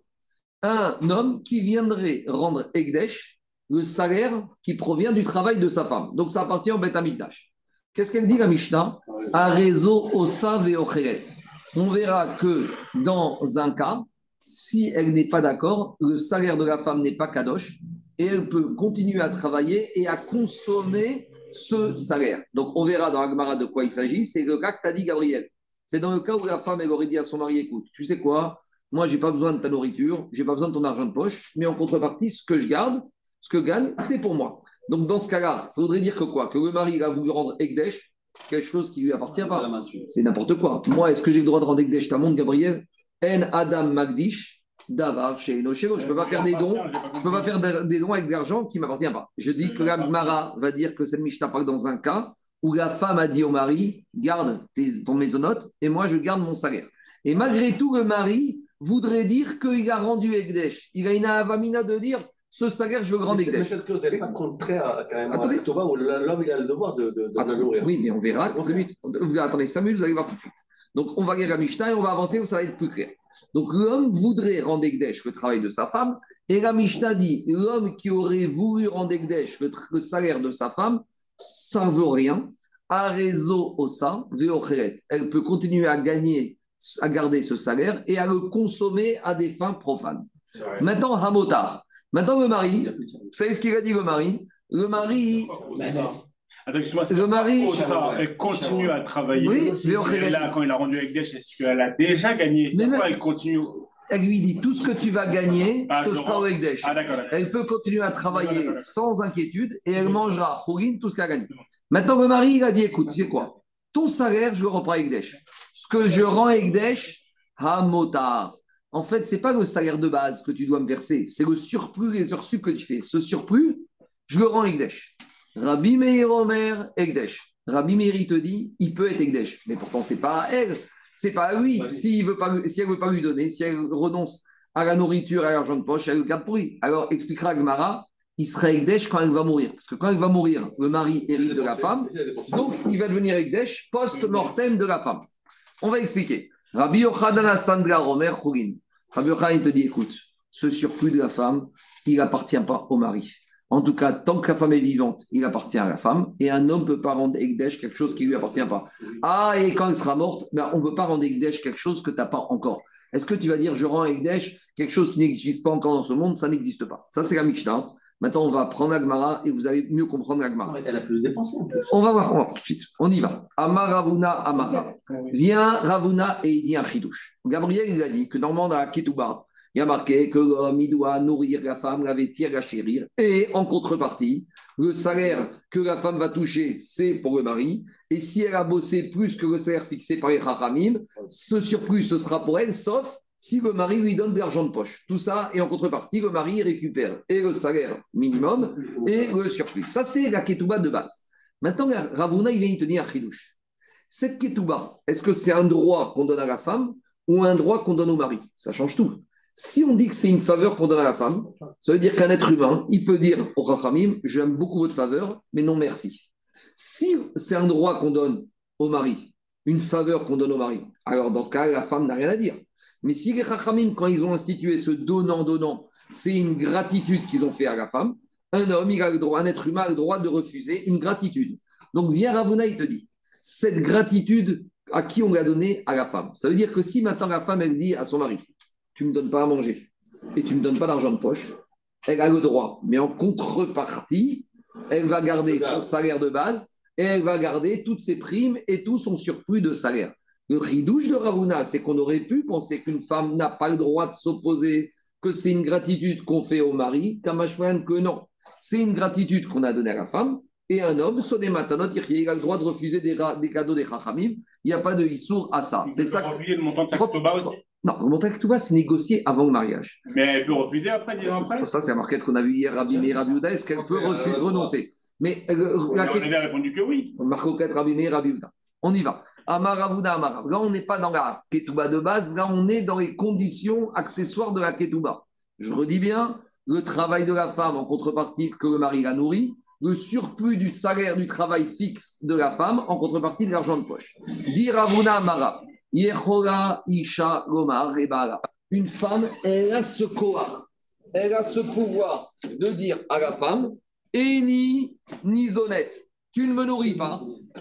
Un homme qui viendrait rendre Ekdesh le salaire qui provient du travail de sa femme. Donc, ça appartient au Beth Amikdash. Qu'est-ce qu'elle dit la Mishnah? Arezo osa veocheret. On verra que dans un cas, si elle n'est pas d'accord, le salaire de la femme n'est pas kadosh et elle peut continuer à travailler et à consommer ce salaire. Donc, on verra dans la Gemara de quoi il s'agit. C'est le cas que tu as dit, Gabriel. C'est dans le cas où la femme, elle aurait dit à son mari, écoute, tu sais quoi? Moi, je n'ai pas besoin de ta nourriture, je n'ai pas besoin de ton argent de poche, mais en contrepartie, ce que je garde, ce que je gagne, c'est pour moi. Donc, dans ce cas-là, ça voudrait dire que quoi? Que le mari a voulu rendre Ekdesh quelque chose qui ne lui appartient pas. C'est n'importe quoi. Moi, est-ce que j'ai le droit de rendre Ekdesh ta montre, Gabriel? En Adam Magdish, Davar, chez Enoshero. Je ne peux pas faire des dons. Je peux pas faire des dons avec de l'argent qui ne m'appartient pas. Je dis que la Gemara va dire que cette Mishnah parle dans un cas où la femme a dit au mari, garde ton maisonnote et moi, je garde mon salaire. Et malgré tout, le mari voudrait dire qu'il a rendu Ekdesh. Il a une avamina de dire ce salaire, je veux le rendre Ekdesh. Mais cette clause, elle n'est pas contraire carrément à l'Ektoba où l'homme il a le devoir de le nourrir. Oui, mais on verra. Attendez 5 minutes, vous allez voir tout de suite. Donc, on va lire la Mishnah et on va avancer, ça va être plus clair. Donc, l'homme voudrait rendre Ekdesh le travail de sa femme et la Mishnah dit l'homme qui aurait voulu rendre Ekdesh le salaire de sa femme, ça ne vaut rien. Arezo osa veocheret. Elle peut continuer à gagner, à garder ce salaire et à le consommer à des fins profanes. Maintenant, Hamotar. Maintenant, le mari, vous savez ce qu'il a dit, le mari? Le mari. Attends, excuse-moi, le mari. Ça, elle continue à travailler. Oui, mais là, quand il a rendu Ekdesh, est-ce qu'elle a déjà gagné? Mais pourquoi elle continue? Elle lui dit tout ce que tu vas gagner, ce sera au Ekdesh. Ah, d'accord. Elle peut continuer à travailler sans inquiétude et elle mangera Khourin, tout ce qu'elle a gagné. Maintenant, le mari, il a dit écoute, tu sais quoi? Ton salaire, je le reprends à Ekdesh. Ce que je rends à Ekdesh, Hamotar. En fait, ce n'est pas le salaire de base que tu dois me verser, c'est le surplus, les heures sup que tu fais. Ce surplus, je le rends Ekdesh. Rabbi Meir Omer, Ekdesh. Rabbi Meir, il te dit, il peut être Ekdesh. Mais pourtant, ce n'est pas à elle, ce n'est pas à lui. Si elle ne veut pas lui donner, si elle renonce à la nourriture et à l'argent de poche, elle le garde pour lui. Alors, expliquera Gemara, il sera Ekdesh quand elle va mourir. Parce que quand elle va mourir, le mari hérite de la femme. Donc, il va devenir Ekdesh post-mortem de la femme. On va expliquer. Rabbi Yochanan Sandra Omer Khourin. Rabbi Yochanan te dit, écoute, ce surplus de la femme, il n'appartient pas au mari. En tout cas, tant que la femme est vivante, il appartient à la femme. Et un homme ne peut pas rendre Ekdesh quelque chose qui ne lui appartient pas. Ah, et quand elle sera morte, ben, on ne peut pas rendre Ekdesh quelque chose que tu n'as pas encore. Est-ce que tu vas dire, je rends Ekdesh quelque chose qui n'existe pas encore dans ce monde? Ça n'existe pas. Ça, c'est la Mishnah. Maintenant, on va prendre la Gemara et vous allez mieux comprendre la Gemara. Elle a plus de dépenser. On va voir tout de suite. On y va. Amar Ravuna, Amara. Vient Ravuna et il dit un chidouche. Gabriel, il a dit que normalement, dans la Ketouba, il y a marqué que l'homme, il doit nourrir la femme, la vêtir, la chérir. Et en contrepartie, le salaire que la femme va toucher, c'est pour le mari. Et si elle a bossé plus que le salaire fixé par les Chachamim, ce surplus, ce sera pour elle, sauf si le mari lui donne de l'argent de poche. Tout ça, et en contrepartie, le mari récupère et le salaire minimum et le surplus. Ça, c'est la ketouba de base. Maintenant, Ravuna, il vient y tenir à Khidouche. Cette ketouba, est-ce que c'est un droit qu'on donne à la femme ou un droit qu'on donne au mari? Ça change tout. Si on dit que c'est une faveur qu'on donne à la femme, ça veut dire qu'un être humain, il peut dire au Rachamim, j'aime beaucoup votre faveur, mais non merci. Si c'est un droit qu'on donne au mari, une faveur qu'on donne au mari, alors dans ce cas, la femme n'a rien à dire. Mais si les Rachamim, quand ils ont institué ce donnant-donnant, c'est une gratitude qu'ils ont fait à la femme, un homme, il a le droit, un être humain a le droit de refuser une gratitude. Donc, viens Ravuna, il te dit, cette gratitude, à qui on l'a donnée? À la femme. Ça veut dire que si maintenant la femme, elle dit à son mari, tu ne me donnes pas à manger et tu ne me donnes pas d'argent de poche, elle a le droit. Mais en contrepartie, elle va garder son salaire de base et elle va garder toutes ses primes et tout son surplus de salaire. Le ridouche de Ravuna, c'est qu'on aurait pu penser qu'une femme n'a pas le droit de s'opposer, que c'est une gratitude qu'on fait au mari, que non. C'est une gratitude qu'on a donnée à la femme. Et un homme, sur des matanot, il a le droit de refuser des cadeaux des chachamim. Il n'y a pas de issour à ça. C'est ça. Refuser le montant de sa ketouba aussi. Non, le montant de ketouba, c'est négocié avant le mariage. Mais elle peut refuser après, 10 ans après. Ça, c'est la marquette qu'on a vu hier, Rabbi Meir, Rabbi Ouda. Est-ce qu'elle peut renoncer? Mais on avait répondu que oui. Marcoquette, Rabbi Meir, Rabbi Ouda. On y va. Amaravouda, Amarav. Là, on n'est pas dans la ketouba de base. Là, on est dans les conditions accessoires de la ketouba. Je redis bien, le travail de la femme en contrepartie que le mari la nourrit, le surplus du salaire du travail fixe de la femme en contrepartie de l'argent de poche. Diravuna Mara, Yechola Isha Gomar Rebala. Une femme, elle a ce koar, elle a ce pouvoir de dire à la femme, Eni Nizonette, tu ne me nourris pas,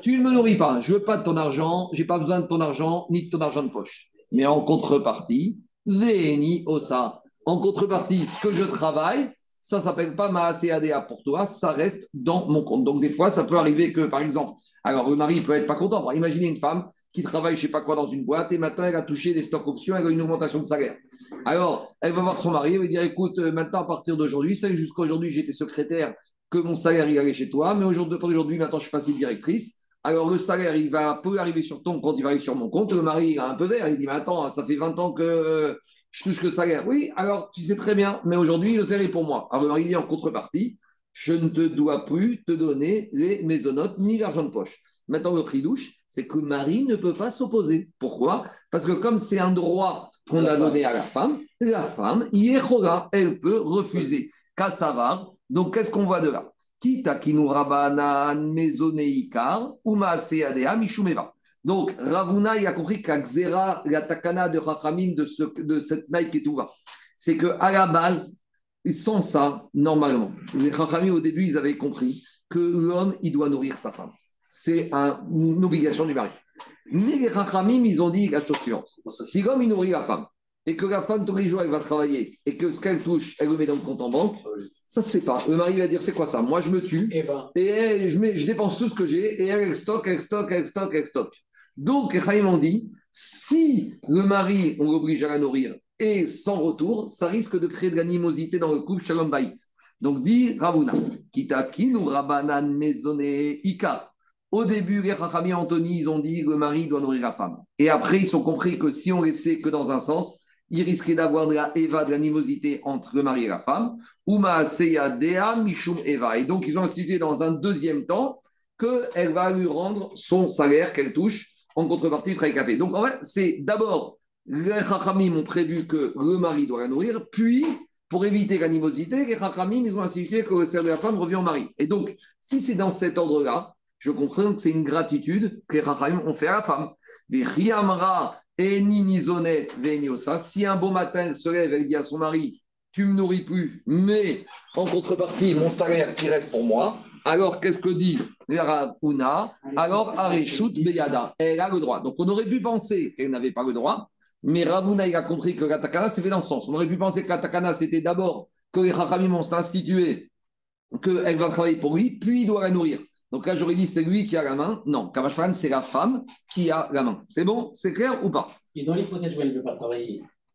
je veux pas de ton argent, j'ai pas besoin de ton argent ni de ton argent de poche. Mais en contrepartie, Veni Osa. En contrepartie, ce que je travaille, ça ne s'appelle pas ma CADA pour toi, ça reste dans mon compte. Donc, des fois, ça peut arriver que, par exemple, alors le mari peut être pas content. Imaginez une femme qui travaille, je ne sais pas quoi, dans une boîte, et maintenant, elle a touché des stocks options, elle a une augmentation de salaire. Alors, elle va voir son mari, elle va dire, écoute, maintenant, à partir d'aujourd'hui, c'est jusqu'à aujourd'hui, j'étais secrétaire, que mon salaire, il allait chez toi, mais aujourd'hui, maintenant, je suis passée directrice. Alors, le salaire, il va peu arriver sur ton compte, il va arriver sur mon compte. Le mari, il a un peu vert, il dit, mais attends, ça fait 20 ans que je touche le salaire. Oui, alors tu sais très bien, mais aujourd'hui, le salaire est pour moi. Alors le mari dit en contrepartie, je ne te dois plus te donner les mésonotes ni l'argent de poche. Maintenant, le chidouche, c'est que le mari ne peut pas s'opposer. Pourquoi? Parce que comme c'est un droit qu'on a donné à la femme, Yechola, elle peut refuser. Kassavar. Donc, qu'est-ce qu'on voit de là? Kita kinurabanan mesoneikar ou maaseadea mishumeva. Donc, Ravuna, il a compris que la takana de Chachamim de cette Naï Ketouva, c'est qu'à la base, sans ça, normalement, les Chachamim, au début, ils avaient compris que l'homme, il doit nourrir sa femme. C'est une obligation du mari. Mais les Chachamim, ils ont dit la chose suivante. Si l'homme, il nourrit la femme, et que la femme, tous les jours, elle va travailler, et que ce qu'elle touche, elle le met dans le compte en banque, ça ne se fait pas. Le mari va dire, c'est quoi ça? Moi, je me tue, et je dépense tout ce que j'ai, et elle stocke. Donc, les Chaïm ont dit, si le mari, on l'oblige à la nourrir et sans retour, ça risque de créer de l'animosité dans le couple Shalom Baït. Donc, dit Ravuna, Kitakin ou Rabanan Mezoné Ika. Au début, les Chachamim Anthony, ils ont dit le mari doit nourrir la femme. Et après, ils ont compris que si on laissait que dans un sens, il risquait d'avoir de la Eva, de l'animosité entre le mari et la femme. Uma Seya Dea Mishum Eva. Et donc, ils ont institué dans un deuxième temps qu'elle va lui rendre son salaire qu'elle touche en contrepartie du travail café. Donc, en fait, c'est d'abord, les Chachamim ont prévu que le mari doit la nourrir, puis, pour éviter l'animosité, les Chachamim, ils ont institué que le salaire de la femme revient au mari. Et donc, si c'est dans cet ordre-là, je comprends que c'est une gratitude que les Chachamim ont fait à la femme. Si un beau matin, elle se lève, elle dit à son mari, tu ne me nourris plus, mais en contrepartie, mon salaire qui reste pour moi. Alors, qu'est-ce que dit Ravuna? Alors, Areshut Beyada, elle a le droit. Donc, on aurait pu penser qu'elle n'avait pas le droit, mais Ravuna, il a compris que la takana, c'est fait dans ce sens. On aurait pu penser que la takana, c'était d'abord que les Chachamim ont institué qu'elle va travailler pour lui, puis il doit la nourrir. Donc là, j'aurais dit, c'est lui qui a la main. Non, Kamashpan, c'est la femme qui a la main. C'est bon? C'est clair ou pas? Et dans l'hypothèse où elle ne veut pas travailler,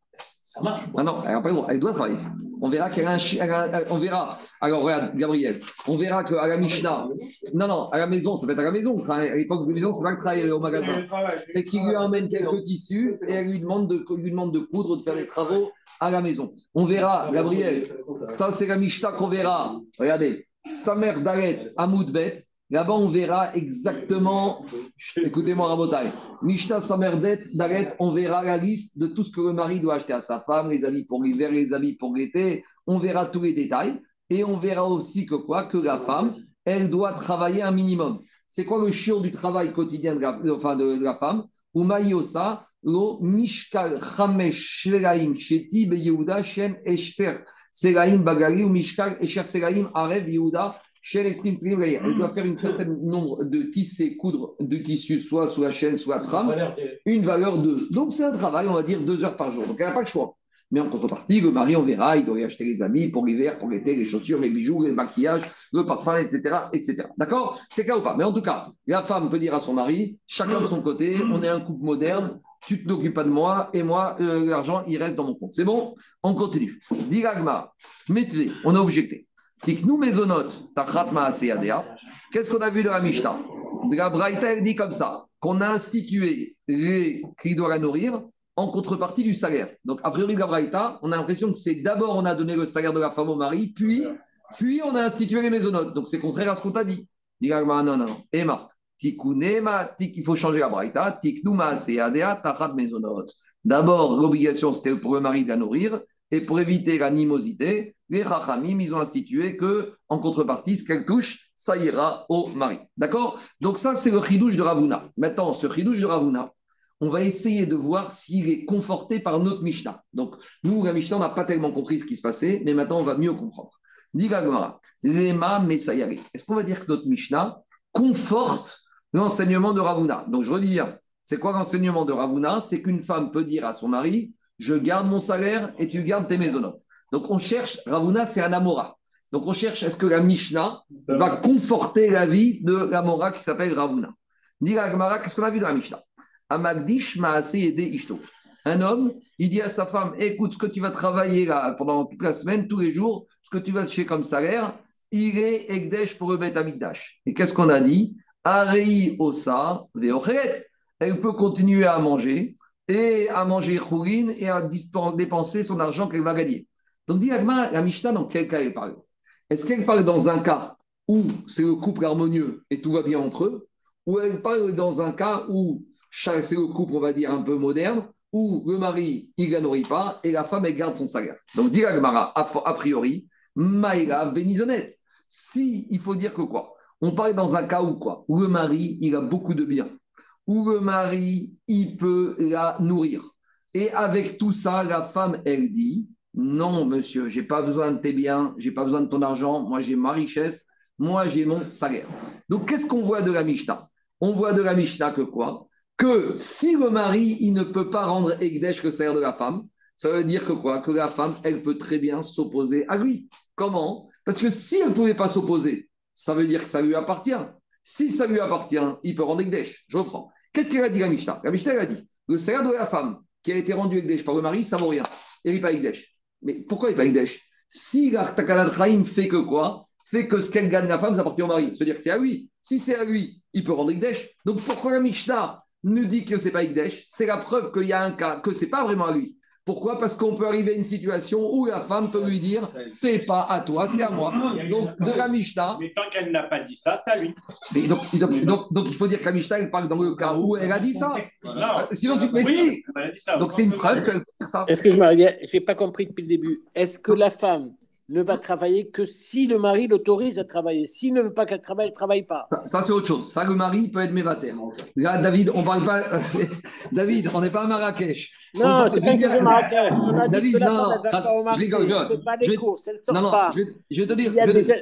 Ça marche. Ah non, elle n'a pas le droit, elle doit travailler. On verra qu'elle a un chien. On verra. Alors, regarde, Gabriel, on verra qu'à la Mishnah. Non, à la maison, ça peut être à la maison. Enfin, à l'époque de maison, c'est pas le travail au magasin. C'est qu'il lui emmène quelques tissus et elle lui demande de coudre, de faire les travaux à la maison. On verra, Gabriel, ça c'est la Mishnah qu'on verra. Regardez, sa mère Dalet, Amoudbet. Là-bas, on verra exactement. Écoutez-moi, Rabotai. Mishnah Samerdet, Daret, on verra la liste de tout ce que le mari doit acheter à sa femme, les habits pour l'hiver, les habits pour l'été. On verra tous les détails. Et on verra aussi que la femme, elle doit travailler un minimum. C'est quoi le chiot du travail quotidien de la femme? Ou maïosa, lo mishkal chamesh shelaim sheti be Yehuda shen esher selaim bagali ou mishkal esher selaim arev Yehuda. Elle doit faire un certain nombre de tissés, coudre de tissu, soit sous la chaîne, soit la trame, une valeur de. Donc c'est un travail, on va dire, 2 heures par jour. Donc elle n'a pas le choix. Mais en contrepartie, le mari, on verra, il doit lui acheter les habits pour l'hiver, pour l'été, les chaussures, les bijoux, le maquillage, le parfum, etc. etc. D'accord? C'est clair ou pas? Mais en tout cas, la femme peut dire à son mari, chacun de son côté, on est un couple moderne, tu ne t'occupes pas de moi, et moi, l'argent, il reste dans mon compte. C'est bon? On continue. Diragma, Metve, on a objecté. Tiknou mezonot, tachat maaseadea. Qu'est-ce qu'on a vu de la Mishnah? De la Braïta, elle dit comme ça, qu'on a institué les qui doivent la nourrir en contrepartie du salaire. Donc, a priori, de la Braïta, on a l'impression que c'est d'abord on a donné le salaire de la femme au mari, puis on a institué les mésonotes. Donc, c'est contraire à ce qu'on t'a dit. Non. Emma, tikunema, il faut changer la Braïta. Tiknou maaseadea, tachat mezonot. D'abord, l'obligation, c'était pour le mari de la nourrir. Et pour éviter l'animosité, les Chachamim, ils ont institué qu'en contrepartie, ce qu'elle touche, ça ira au mari. D'accord? Donc ça, c'est le chidouche de Ravuna. Maintenant, ce chidouche de Ravuna, on va essayer de voir s'il est conforté par notre Mishnah. Donc, nous, la Mishnah, on n'a pas tellement compris ce qui se passait, mais maintenant, on va mieux comprendre. Dit la Gemara, Lema Messayare. Est-ce qu'on va dire que notre Mishnah conforte l'enseignement de Ravuna? Donc, je redis bien, c'est quoi l'enseignement de Ravuna? C'est qu'une femme peut dire à son mari, je garde mon salaire et tu gardes tes mésonotes. Donc on cherche, Ravuna c'est un Amora. Donc on cherche, est-ce que la Mishnah va conforter la vie de l'Amora qui s'appelle Ravuna? Dit la Gemara, qu'est-ce qu'on a vu dans la Mishnah? Amagdish Maase Yede Ishto. Un homme, il dit à sa femme, écoute, ce que tu vas travailler là, pendant toute la semaine, tous les jours, ce que tu vas toucher comme salaire, il est Ekdesh pour le Bet Amikdash. Et qu'est-ce qu'on a dit? Arei Osa Veochelet. Elle peut continuer à manger et à manger chourine et à dépenser son argent qu'elle va gagner. Donc, dit la Mishnah, dans quel cas elle parle? Est-ce qu'elle parle dans un cas où c'est le couple harmonieux et tout va bien entre eux, ou elle parle dans un cas où c'est le couple, on va dire, un peu moderne, où le mari, il ne la nourrit pas et la femme, elle garde son salaire? Donc, dit la Gemara, a priori, Maïla Benizonet. Si, il faut dire que quoi? On parle dans un cas où quoi? Où le mari, il a beaucoup de biens, où le mari, il peut la nourrir. Et avec tout ça, la femme, elle dit, non, monsieur, je n'ai pas besoin de tes biens, je n'ai pas besoin de ton argent, moi j'ai ma richesse, moi j'ai mon salaire. Donc, qu'est-ce qu'on voit de la Mishnah? On voit de la Mishnah que quoi? Que si le mari, il ne peut pas rendre Ekdesh le salaire de la femme, ça veut dire que quoi? Que la femme, elle peut très bien s'opposer à lui. Comment? Parce que si elle ne pouvait pas s'opposer, ça veut dire que ça lui appartient. Si ça lui appartient, il peut rendre Ekdesh. Je reprends. Qu'est-ce qu'elle a dit la Mishnah? La Mishnah, elle a dit, le salaire de la femme qui a été rendu Ekdesh par le mari, ça ne vaut rien. Il n'est pas Ekdesh. Mais pourquoi il n'est pas Ekdesh? Si la Takalat Rahim fait que quoi? Fait que ce qu'elle gagne la femme, ça appartient au mari. C'est-à-dire que c'est à lui. Si c'est à lui, il peut rendre Ekdesh. Donc pourquoi la Mishnah nous dit que ce n'est pas Ekdesh? C'est la preuve qu'il y a un cas, que ce n'est pas vraiment à lui. Pourquoi? Parce qu'on peut arriver à une situation où la femme peut lui dire c'est pas à toi, c'est à moi. Donc, de la Mishnah. Mais tant qu'elle n'a pas dit ça, c'est à lui. Mais donc, il faut dire que la Mishnah, elle parle dans le cas où elle a dit ça. Sinon, tu te mets oui, donc, c'est une preuve qu'elle peut dire ça. Excuse-moi, je n'ai pas compris depuis le début. Est-ce que la femme ne va travailler que si le mari l'autorise à travailler? S'il ne veut pas qu'elle travaille, elle ne travaille pas. Ça, c'est autre chose. Ça, le mari peut être mévater. Là, David, on ne parle pas. David, on n'est pas à Marrakech. Non, c'est pas une question de Marrakech. On a dit que la femme ne va pas au marché. Elle ne fait pas les courses, elle ne sort pas. Je vais te dire.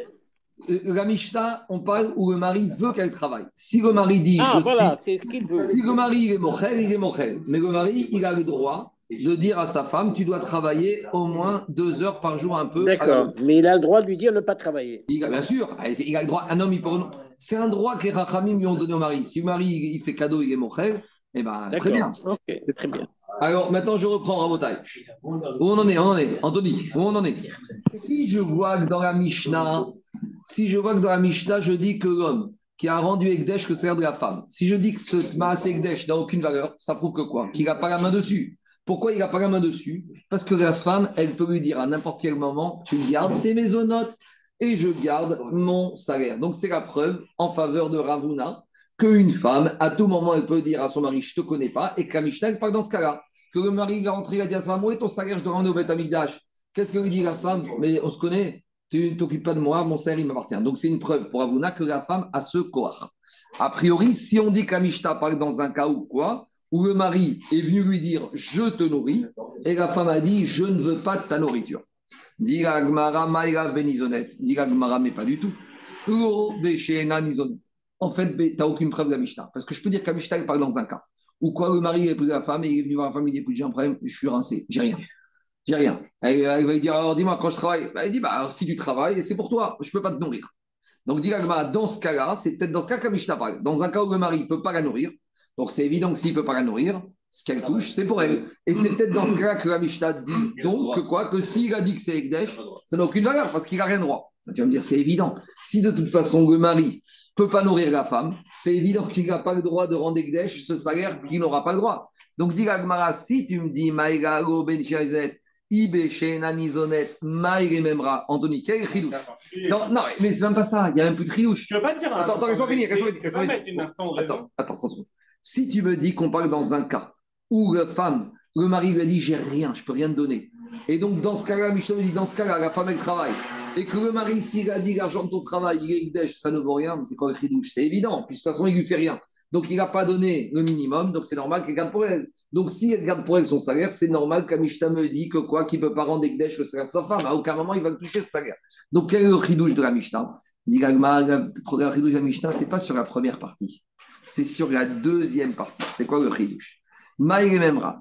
La Mishnah, on parle où le mari veut qu'elle travaille. Si le mari dit. C'est ce qu'il veut. Si le mari il est mochel. Mais le mari, il a le droit de dire à sa femme, tu dois travailler au moins 2 heures par jour un peu. D'accord, mais il a le droit de lui dire ne pas travailler. Bien sûr, il a le droit. Un homme, il peut. C'est un droit que les Rachamim lui ont donné au mari. Si le mari, il fait cadeau, il est mochel, eh bien, très bien. Ok, c'est très bien. Alors maintenant, je reprends Rabotai. Où on en est, Anthony, où on en est? Si je vois que dans la Mishnah, je dis que l'homme qui a rendu Ekdesh que c'est de la femme, si je dis que ce Maasé Ekdesh n'a aucune valeur, ça prouve que quoi? Qu'il n'a pas la main dessus. Pourquoi il n'a pas la main dessus? Parce que la femme, elle peut lui dire à n'importe quel moment, tu gardes tes maisonnotes et je garde mon salaire. Donc c'est la preuve en faveur de Ravuna qu'une femme, à tout moment, elle peut dire à son mari, je ne te connais pas, et que la Mishnah, elle parle dans ce cas-là. Que le mari il est rentré, il a dit à sa femme, oui, ton salaire, je te rends au Beth Amikdash. Qu'est-ce que lui dit la femme? Mais on se connaît, tu ne t'occupes pas de moi, mon salaire, il m'appartient. Donc c'est une preuve pour Ravuna que la femme a ce koach. A priori, si on dit que la Mishnah parle dans un cas où quoi, où le mari est venu lui dire, je te nourris, et la femme a dit, je ne veux pas de ta nourriture. Dit la Gemara, Maïra Benizonet. Dit la Gemara, mais pas du tout. En fait, tu n'as aucune preuve de la Mishnah. Parce que je peux dire que la Mishnah, elle parle dans un cas. Ou quoi, le mari a épousé la femme et il est venu voir la femme, il dit, écoute, j'ai un problème, je suis rincé, j'ai rien. J'ai rien. Elle va lui dire, alors dis-moi, quand je travaille, elle dit, bah, alors si tu travailles, c'est pour toi, je ne peux pas te nourrir. Donc, dit la Gemara, dans ce cas-là, c'est peut-être dans ce cas que la Mishnah parle. Dans un cas où le mari ne peut pas la nourrir, donc c'est évident que s'il ne peut pas la nourrir, ce qu'elle touche, c'est pour elle. Et c'est peut-être dans ce cas-là que la Mishnah dit donc que quoi, que s'il a dit que c'est Ekdesh, ça n'a aucune valeur parce qu'il n'a rien droit. Tu vas me dire, c'est évident. Si de toute façon le mari ne peut pas nourrir la femme, c'est évident qu'il n'a pas le droit de rendre Ekdesh ce salaire qu'il n'aura pas le droit. Donc, dit la Gemara, si tu me dis Maïgalo Ben Shiazet, Ibe Shenanizonet, Maïgé Memra, Anthony, quel chidouche? Non, mais c'est même pas ça, il n'y a même plus de chidouche. Tu ne veux pas te dire un Attends, laisse-moi finir. Attends, 30 secondes. Si tu me dis qu'on parle dans un cas où la femme, le mari lui a dit j'ai rien, je peux rien te donner. Et donc dans ce cas-là, Michel me dit dans ce cas-là, la femme elle travaille. Et que le mari, s'il a dit l'argent de ton travail, il est Ekdesh, ça ne vaut rien, mais c'est quoi le chidouche? C'est évident, puis de toute façon, il lui fait rien. Donc il n'a pas donné le minimum, donc c'est normal qu'elle garde pour elle. Donc si elle garde pour elle son salaire, c'est normal qu'Amishta me dit que quoi, qu'il ne peut pas rendre Ekdesh le salaire de sa femme. À aucun moment, il va le toucher ce salaire. Donc quel est le chidouche de la Mishnah? Dit le chidouche de la Mishnah, ce n'est pas sur la première partie. C'est sur la deuxième partie. C'est quoi le chidouche? Maïre Memra.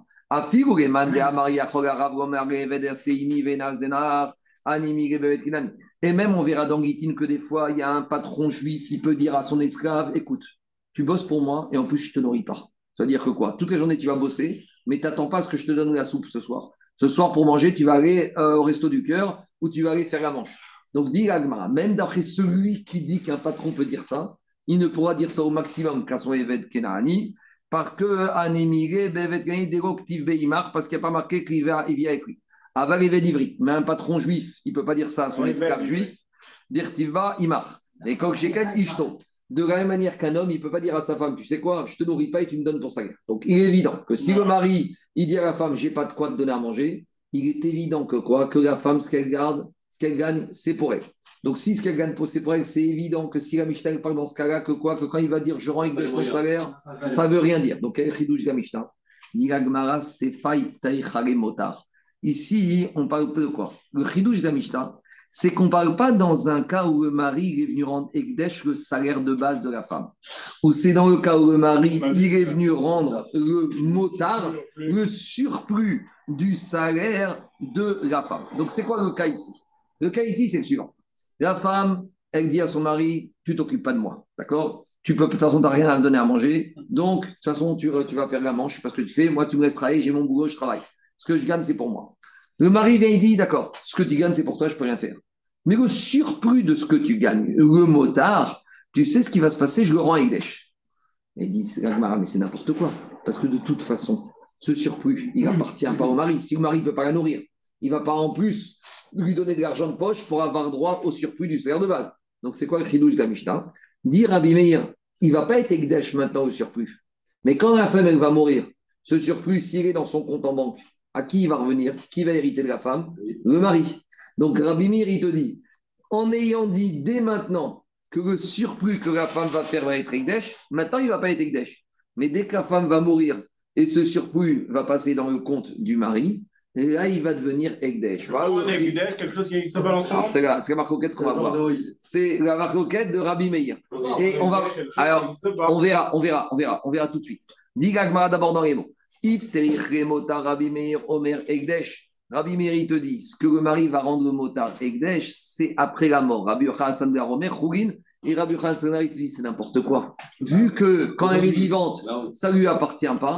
Et même on verra dans Gitin que des fois, il y a un patron juif, il peut dire à son esclave, écoute, tu bosses pour moi et en plus je ne te nourris pas. C'est-à-dire que quoi? Toutes les journées tu vas bosser, mais tu n'attends pas à ce que je te donne la soupe ce soir. Ce soir pour manger, tu vas aller au resto du cœur ou tu vas aller faire la manche. Donc dit l'Agmara, même d'après celui qui dit qu'un patron peut dire ça, il ne pourra dire ça au maximum qu'à son Eved Kenani, parce que Anémiré, Bevet Kenani, Déroctiv Beimar, parce qu'il n'y a pas marqué qu'il vient avec lui. Aval Eved Ivri, mais un patron juif, il ne peut pas dire ça à son esclave juif, Dirtivba Imar. Et quand Sheken Ishto, de la même manière qu'un homme, il ne peut pas dire à sa femme, tu sais quoi, je ne te nourris pas et tu me donnes ton salaire. Donc il est évident que si le mari, il dit à la femme, j'ai pas de quoi te donner à manger, il est évident que quoi, que la femme, ce qu'elle garde, ce qu'elle gagne, c'est pour elle. Donc, si ce qu'elle gagne, c'est pour elle, c'est évident que si la Mishnah parle dans ce cas-là, que quoi, que quand il va dire je rends avec mon salaire, ça ne veut rien dire. Donc, quel chidouche de la Mishnah? Diragmara, c'est faït taïchare motar. Ici, on parle de quoi? Le chidouche de la Mishnah, c'est qu'on ne parle pas dans un cas où le mari est venu rendre Ekdesh le salaire de base de la femme. Ou c'est dans le cas où le mari il est venu rendre le motard, le surplus du salaire de la femme. Donc, c'est quoi le cas ici? Le cas ici, c'est le suivant. La femme, elle dit à son mari, tu t'occupes pas de moi, d'accord? De toute façon, tu n'as rien à me donner à manger, donc de toute façon, tu vas faire la manche, je sais pas ce que tu fais, moi, tu me laisses travailler, j'ai mon boulot, je travaille. Ce que je gagne, c'est pour moi. Le mari vient et dit, d'accord, ce que tu gagnes, c'est pour toi, je peux rien faire. Mais le surplus de ce que tu gagnes, le motard, tu sais ce qui va se passer, je le rends à Ekdesh. Il dit, mais c'est n'importe quoi, parce que de toute façon, ce surplus, il n'appartient pas au mari. Si le mari ne peut pas la nourrir, il ne va pas en plus lui donner de l'argent de poche pour avoir droit au surplus du salaire de base. Donc, c'est quoi le chidouche de la Mishnah? Dire Rabbi Meir, il ne va pas être Ekdesh maintenant au surplus. Mais quand la femme, elle va mourir, ce surplus, s'il est dans son compte en banque, à qui il va revenir? Qui va hériter de la femme? Le mari. Donc, Rabbi Meir, il te dit, en ayant dit dès maintenant que le surplus que la femme va faire va être Ekdesh, maintenant, il ne va pas être Ekdesh. Mais dès que la femme va mourir et ce surplus va passer dans le compte du mari, et là, il va devenir Ekdesh. Ekdesh, quelque chose qui n'existe pas en France. C'est la marcoquette qu'on va voir. C'est la marcoquette de Rabbi Meir. Et on va. Alors, on verra tout de suite. Dis Gagmara d'abord dans les mots. Rabbi Meir, Omer, Ekdesh. Rabbi Meir, il te dit ce que le mari va rendre le motard Ekdesh, c'est après la mort. Rabbi Yochanan de Omer, Chougin. Et Rabbi Yochanan, il te dit c'est n'importe quoi. Vu que quand elle est vivante, ça ne lui appartient pas.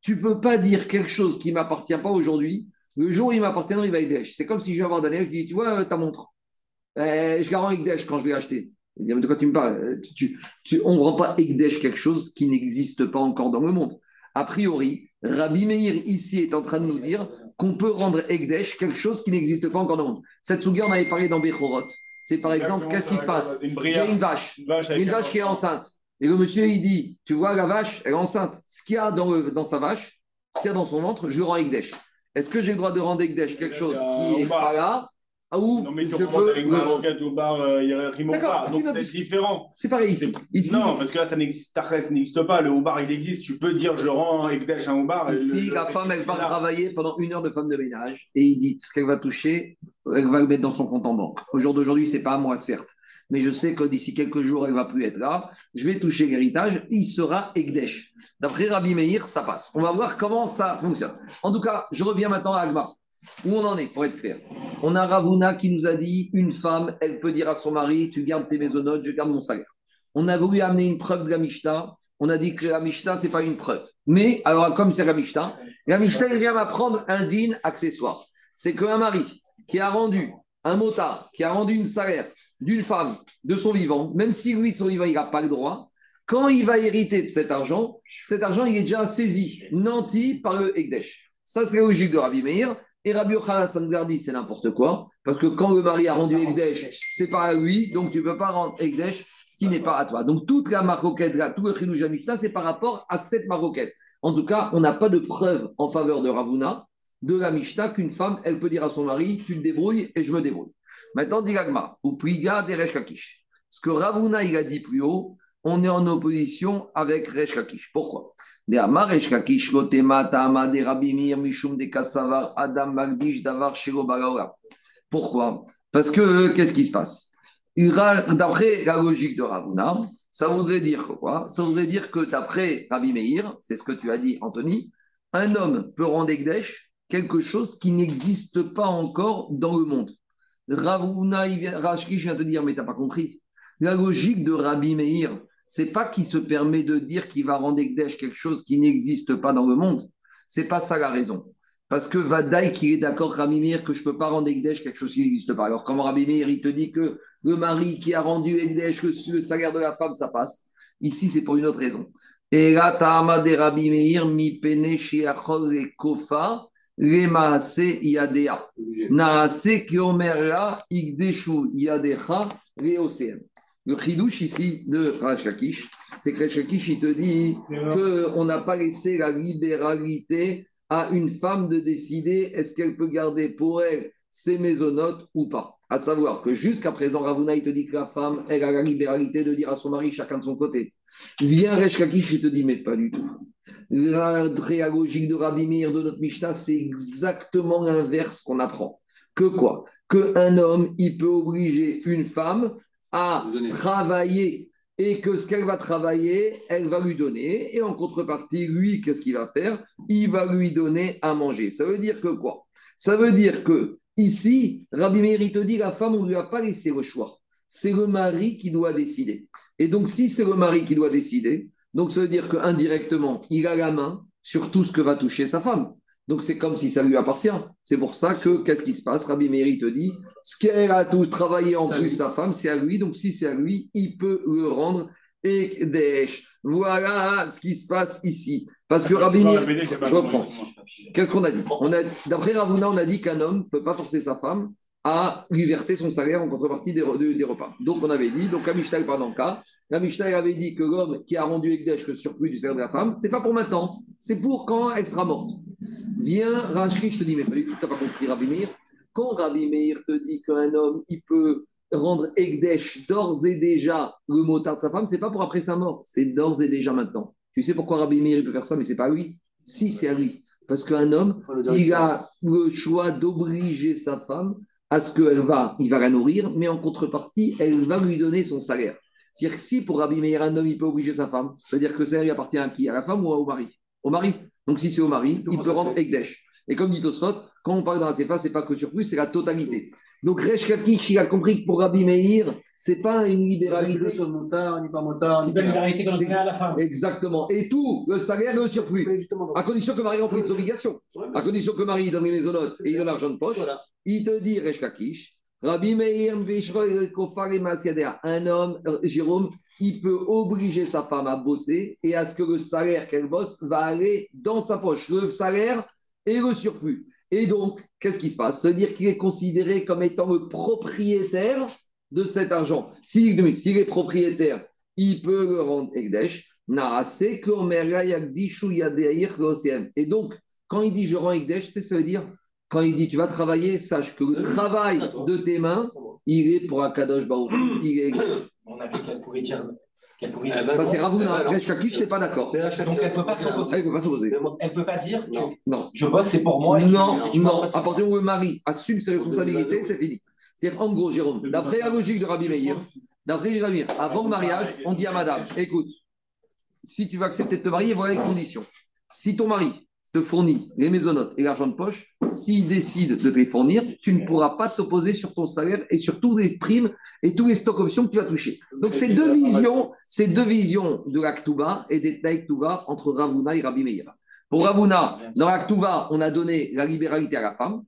tu ne peux pas dire quelque chose qui ne m'appartient pas aujourd'hui. Le jour où il m'appartiendra, il va Ekdesh. C'est comme si je vais avoir d'année, je dis, tu vois, ta montre. Je la rends Ekdesh quand je l'ai achetée. Il dit, mais de quoi tu me parles? On ne rend pas Ekdesh quelque chose qui n'existe pas encore dans le monde. A priori, Rabbi Meir ici est en train de nous dire qu'on peut rendre Ekdesh quelque chose qui n'existe pas encore dans le monde. Cette souga, on avait parlé dans Bechorot. C'est par exemple, qu'est-ce qui se passe? J'ai une vache qui est enceinte. Et le monsieur, il dit, tu vois, la vache, elle est enceinte. Ce qu'il y a dans sa vache, ce qu'il y a dans son ventre, je le rends Ekdesh. Est-ce que j'ai le droit de rendre Ekdesh quelque chose qui n'est pas là? Non, mais tu remontes avec ma avocate au bar, il rime pas. Donc c'est différent. C'est pareil ici. Non, parce que là, ça n'existe pas. Le haut-bar, il existe. Tu peux dire, je rends Ekdesh un haut-bar. Ici, la femme, elle part travailler pendant 1 heure de femme de ménage et il dit ce qu'elle va toucher, elle va le mettre dans son compte en banque. Au jour d'aujourd'hui, c'est pas à moi, certes. Mais je sais que d'ici quelques jours, elle ne va plus être là. Je vais toucher l'héritage, il sera Ekdesh. D'après Rabbi Meir, ça passe. On va voir comment ça fonctionne. En tout cas, je reviens maintenant à Agma. Où on en est, pour être clair? On a Ravuna qui nous a dit, une femme, elle peut dire à son mari, tu gardes tes maisonnotes, je garde mon salaire. On a voulu amener une preuve de la Mishnah. On a dit que la Mishnah, ce n'est pas une preuve. Mais, alors, comme c'est la Mishnah, il vient m'apprendre un din accessoire. C'est qu'un mari qui a rendu un motard, qui a rendu une salaire d'une femme de son vivant, même si lui, de son vivant, il n'a pas le droit, quand il va hériter de cet argent, il est déjà saisi, nanti par le Ekdesh. Ça, c'est la logique de Rabbi Meir. Et Rabbi Yochanan dit c'est n'importe quoi, parce que quand le mari a rendu Ekdesh, c'est pas à lui, donc tu ne peux pas rendre Ekdesh ce qui n'est pas à toi. Donc toute la maroquette, tout le Chidouj Mishnah, c'est par rapport à cette maroquette. En tout cas, on n'a pas de preuve en faveur de Ravuna, de la Mishnah, qu'une femme, elle peut dire à son mari, tu te débrouilles et je me débrouille. Maintenant, dit l'Agma, ou Priga des Resh Lakish. Ce que Ravuna, il a dit plus haut, on est en opposition avec Resh Lakish. Pourquoi? Pourquoi? Parce que, qu'est-ce qui se passe? D'après la logique de Ravuna, ça voudrait dire quoi? Ça voudrait dire que d'après Rabbi Meir, c'est ce que tu as dit, Anthony, un homme peut rendre Ekdesh quelque chose qui n'existe pas encore dans le monde. Ravuna, Rashkish vient te dire, mais tu n'as pas compris. La logique de Rabbi Meir, c'est pas qu'il se permet de dire qu'il va rendre Ekdesh quelque chose qui n'existe pas dans le monde. C'est pas ça la raison. Parce que Vadaï qui est d'accord, Rabbi Meir, que je peux pas rendre Ekdesh quelque chose qui n'existe pas. Alors comment Rabbi Meir, il te dit que le mari qui a rendu Ekdesh, que le salaire de la femme, ça passe. Ici, c'est pour une autre raison. Et là, ta'ama de Rabbi Meir, mi pene shiachol le kofa, le maase yadea. Naase kiomerla, igdeshu yadecha, le océan. Le chidouche ici de Resh Lakish, c'est que Resh Lakish, il te dit qu'on n'a pas laissé la libéralité à une femme de décider est-ce qu'elle peut garder pour elle ses maisonnotes ou pas. À savoir que jusqu'à présent, Ravuna, il te dit que la femme, elle a la libéralité de dire à son mari chacun de son côté. Viens Resh Lakish, il te dit mais pas du tout. La logique de Rabbi Meir de notre Mishnah, c'est exactement l'inverse qu'on apprend. Que quoi? Qu'un homme, il peut obliger une femme à travailler et que ce qu'elle va travailler, elle va lui donner. Et en contrepartie, lui, qu'est-ce qu'il va faire? Il va lui donner à manger. Ça veut dire que quoi? Ça veut dire que ici, Rabbi Meir te dit la femme, on ne lui a pas laissé le choix. C'est le mari qui doit décider. Et donc, si c'est le mari qui doit décider, donc ça veut dire qu'indirectement, il a la main sur tout ce que va toucher sa femme. Donc, c'est comme si ça lui appartient. C'est pour ça que, qu'est-ce qui se passe? Rabbi Meir te dit, ce qu'elle a tout travaillé en plus, sa femme, c'est à lui. Donc, si c'est à lui, il peut le rendre Ekdesh. Voilà ce qui se passe ici. Parce que Rabbi Meir... Je reprends. Qu'est-ce qu'on a dit? D'après Ravuna, on a dit qu'un homme ne peut pas forcer sa femme à lui verser son salaire en contrepartie des repas. Donc, on avait dit, donc la Mishnah, pendant le cas, la Mishnah avait dit que l'homme qui a rendu Ekdesh le surplus du salaire de la femme, c'est pas pour maintenant, c'est pour quand elle sera morte. Viens, Rashki, je te dis, mais tu n'as pas compris Rabbi Meir. Quand Rabbi Meir te dit qu'un homme, il peut rendre Ekdesh d'ores et déjà le motard de sa femme, c'est pas pour après sa mort, c'est d'ores et déjà maintenant. Tu sais pourquoi Rabbi Meir peut faire ça, mais c'est pas à lui. Si, c'est à lui. Parce qu'un homme, il a le choix d'obliger sa femme à ce il va la nourrir, mais en contrepartie, elle va lui donner son salaire. C'est-à-dire que si pour Rabbi Meir, un homme, il peut obliger sa femme, c'est-à-dire que ça lui appartient à qui? À la femme ou au mari? Au mari. Donc si c'est au mari, il peut rendre Ekdesh. Et comme dit Tosfot, quand on parle dans la CFA, ce n'est pas que surplus, c'est la totalité. Donc Resh Lakish, il a compris que pour Rabbi Meir, ce n'est pas une libéralité. C'est pas une libéralité qu'on donne à la femme. Exactement. Et tout, le salaire, le surplus. À condition que le mari remplisse ses obligations. À condition que le mari donne les maisonnotes et il donne l'argent de poche. Voilà. Il te dit, Resh Lakish, Rabbi Meir, un homme, Jérôme, il peut obliger sa femme à bosser et à ce que le salaire qu'elle bosse va aller dans sa poche. Le salaire et le surplus. Et donc, qu'est-ce qui se passe? C'est-à-dire qu'il est considéré comme étant le propriétaire de cet argent. S'il est propriétaire, il peut le rendre Ekdesh. Et donc, quand il dit je rends Ekdesh, ça veut dire, quand il dit tu vas travailler, sache que le travail de tes mains, il est pour Akadosh Baruch. Il est... On a vu qu'elle pouvait dire. Ça, c'est Ravuna. Resh Lakish, je n'étais pas d'accord. Donc, elle ne peut pas s'opposer. Elle ne peut pas s'opposer. Elle ne peut pas dire non. Je bosse, c'est pour moi. Non. À partir du moment où le mari assume ses responsabilités, c'est fini. C'est-à-dire, en gros, Jérôme, d'après la logique de Rabbi Meir, avant le mariage, on dit à madame, écoute, si tu veux accepter de te marier, voilà les conditions. Si ton mari te fournit les maisonnotes et l'argent de poche, s'il décide de te les fournir, tu ne pourras pas t'opposer sur ton salaire et sur tous les primes et tous les stocks options que tu vas toucher. Donc, c'est deux visions de la Ketouba et des Tnaï Ketouba entre Ravuna et Rabbi Meir. Pour Ravuna, dans la Ketouba, on a donné la libéralité à la femme.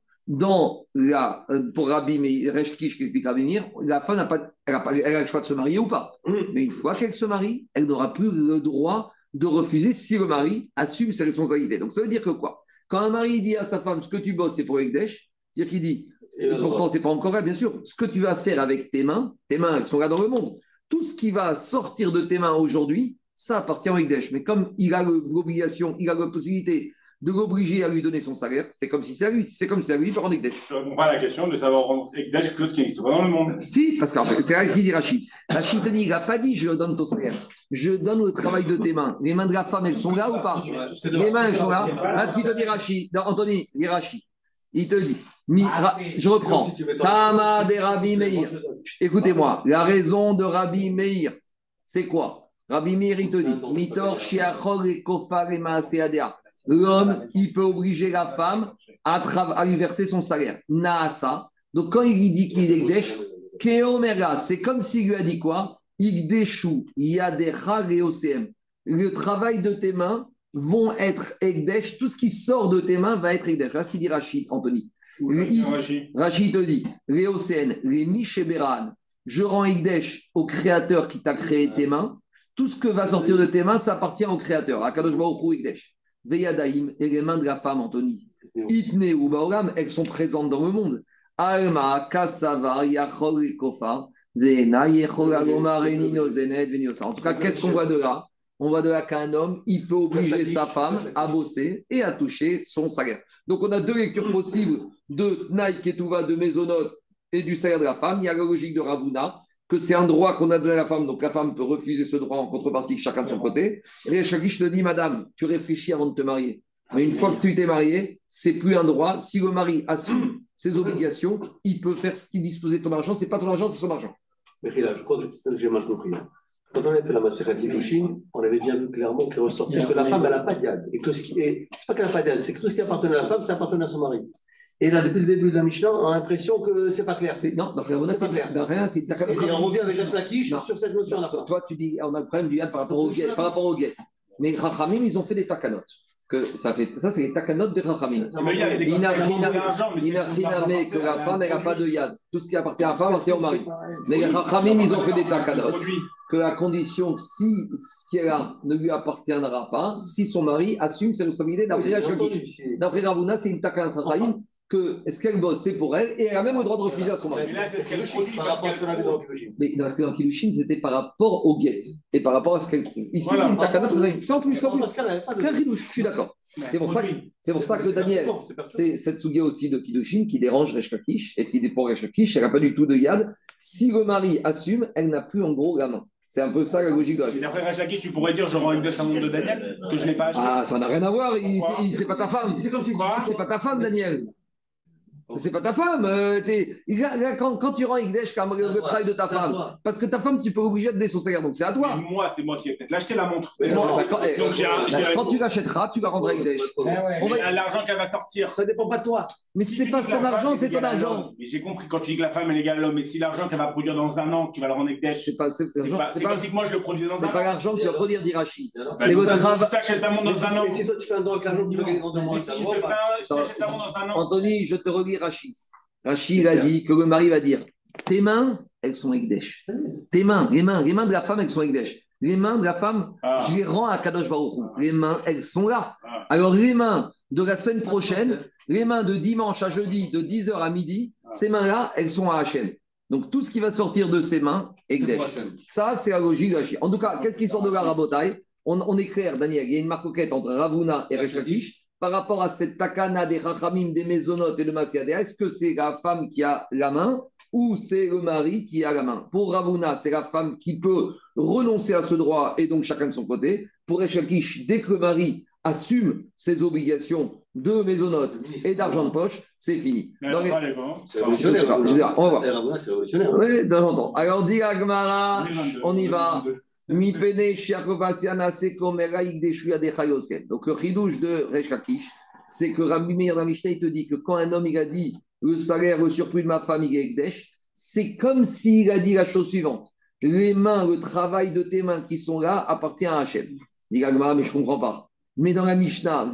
Pour Rabbi Meir, Resh Lakish qui explique Rabbi Meir, la femme elle a le choix de se marier ou pas. Mais une fois qu'elle se marie, elle n'aura plus le droit de refuser si le mari assume ses responsabilités. Donc ça veut dire que quoi? Quand un mari dit à sa femme ce que tu bosses c'est pour Ekdesh, c'est-à-dire qu'il dit, pourtant c'est pas encore vrai bien sûr, ce que tu vas faire avec tes mains elles sont là dans le monde. Tout ce qui va sortir de tes mains aujourd'hui, ça appartient au Ekdesh. Mais comme il a l'obligation, il a la possibilité de l'obliger à lui donner son salaire, c'est comme si c'est à lui, il peut rendre Ekdesh. Je ne réponds pas à la question de savoir rendre Ekdesh quelque chose qui n'existe pas dans le monde. Si, parce que c'est là qu'il dit Rachid. Rachid te dit, il n'a pas dit je donne ton salaire, je donne le travail de tes mains. Les mains de la femme, elles sont là ou pas? Les mains, elles sont là. Là, il te dit Rachid, Anthony, il dit Rachid. Il te dit, je reprends. Tama de Rabbi Meir. Écoutez-moi, la raison de Rabbi Meir, c'est quoi? Rabbi Meir, il te dit, Mitor Shiachol et Kofar et Maaseadea. L'homme, il peut obliger la femme à lui verser son salaire. Naasa. Donc, quand il lui dit qu'il est Ekdesh, Keomera, c'est comme s'il lui a dit quoi? Ikdeshu, Yadecha, Leocm. Le travail de tes mains vont être Ekdesh. Tout ce qui sort de tes mains va être Ekdesh. Là, ce qu'il dit Rachid, Anthony. Rachid te dit, Leocn, les Mishéberan, je rends Ekdesh au créateur qui t'a créé tes mains. Tout ce que va sortir de tes mains, ça appartient au créateur. Akadosh Baruch Hu Ekdesh. Veyadaim, et les mains de la femme, Anthony. Itne ou Baolam, elles sont présentes dans le monde. Alma, Kassava, Yachol et Kofa, Zena, Yechol, Agomar, Enino, Zenet, Veniosa. En tout cas, qu'est-ce qu'on voit de là? On voit de là qu'un homme, il peut obliger sa femme à bosser et à toucher son salaire. Donc, on a deux lectures possibles de Tnaï Ketouva, de Maisonot et du salaire de la femme. Il y a la logique de Ravuna, que c'est un droit qu'on a donné à la femme, donc la femme peut refuser ce droit en contrepartie, chacun de son côté. Et Shakish te dit, madame, tu réfléchis avant de te marier. Mais une fois que tu t'es marié, c'est plus un droit. Si le mari assume ses obligations, il peut faire ce qu'il dispose de ton argent. C'est pas ton argent, c'est son argent. Mais là, je crois que j'ai mal compris. Quand on avait fait la Maseret Kiddushin, on avait bien vu clairement qu'il ressortait que la femme, elle n'a pas d'yad. Et que ce qui est, c'est pas qu'elle n'a pas d'yad, c'est que tout ce qui appartenait à la femme, ça appartenait à son mari. Et là, depuis le début de la Mishnah, on a l'impression que c'est pas clair. Non, dans c'est pas clair. Dans rien, c'est et on revient avec Resh Lakish sur cette notion-là. Toi, tu dis, on a le problème du yad par rapport au guet. Mais Rachamim, ils ont fait des takanot. Ça, c'est les takanot des Rachamim. Mais que la femme, elle n'a pas de yad. Tout ce qui appartient à la femme appartient au mari. Mais les Rachamim, ils ont fait des takanot. Que à condition que si ce qu'elle a ne lui appartiendra pas, si son mari assume ses responsabilités d'après Ravuna, c'est une takanot Rachamim. Que ce qu'elle bosse, c'est pour elle, et elle a même le droit de refuser à son mari. Mais dans le Kiddushin, c'était par rapport au guet, et par rapport à ce qu'elle trouve. Ici, c'est une takana, sans plus. C'est un Kiddushin, je suis d'accord. C'est pour ça que Daniel, c'est cette sugia aussi de Kiddushin qui dérange Resh Lakish, et qui pour Resh Lakish, elle n'a pas du tout de yad. Si le mari assume, elle n'a plus en gros la main. C'est un peu ça la logique de la chose. D'après Resh Lakish, tu pourrais dire je rends une dette à mon de Daniel, que je n'ai pas acheté. Ah, ça n'a rien à voir, c'est pas ta femme. C'est pas ta femme, Daniel. C'est pas ta femme. Quand tu rends Ekdesh, le travail de ta femme, parce que ta femme, tu peux l'obliger de donner son salaire, donc c'est à toi. Mais moi, c'est moi qui vais peut-être l'acheter la montre. Quand tu l'achèteras, tu la rendras Ekdesh. L'argent qu'elle va sortir. Ça dépend pas de toi. Mais si c'est pas son argent, c'est ton argent. Mais j'ai compris, quand tu dis que la femme est égale à l'homme, mais si l'argent qu'elle va produire dans un an, tu vas le rendre Ekdesh, c'est pas que moi je le produis dans un an. C'est pas l'argent que tu vas produire, dit Rachid. C'est votre travail. Si tu achètes un monde dans un an. Mais si toi tu fais un don avec l'argent que tu vas gagner dans un mois, si tu achètes un monde dans un an. Anthony, je te relis Rachid. Rachid a dit que le mari va dire tes mains, elles sont Ekdesh. Tes mains, les mains de la femme, elles sont Ekdesh. Les mains de la femme, je les rends à Kadosh Baruch Hu. Les mains, elles sont là. Alors, les mains de la semaine prochaine, les mains de dimanche à jeudi, de 10h à midi, ces mains-là, elles sont à Hachem. Donc, tout ce qui va sortir de ces mains, Ekdesh. Ça, c'est la logique de Rachid. En tout cas, qu'est-ce qui sort de la Rabotai? On est clair, Daniel, il y a une marcoquette entre Ravuna et Resh Lakish par rapport à cette takana des Rachamim, des Mésonotes et de Masiadea. Est-ce que c'est la femme qui a la main ou c'est le mari qui a la main? Pour Ravuna, c'est la femme qui peut renoncer à ce droit et donc chacun de son côté. Pour Resh Lakish, dès que le mari assume ses obligations de mésonotes et d'argent de poche, c'est fini. C'est révolutionnaire. On va voir. C'est révolutionnaire. Oui, dans longtemps. Alors, dit Agmara, on y va. Donc, le chidouche de Resh Lakish, c'est que Rabbi Meir dans Mishnah, il te dit que quand un homme il a dit le salaire, le surplus de ma femme, il est Ekdesh, c'est comme s'il a dit la chose suivante. Les mains, le travail de tes mains qui sont là appartient à Hachem. Dit Agmara, mais je ne comprends pas. Mais dans la Mishnah,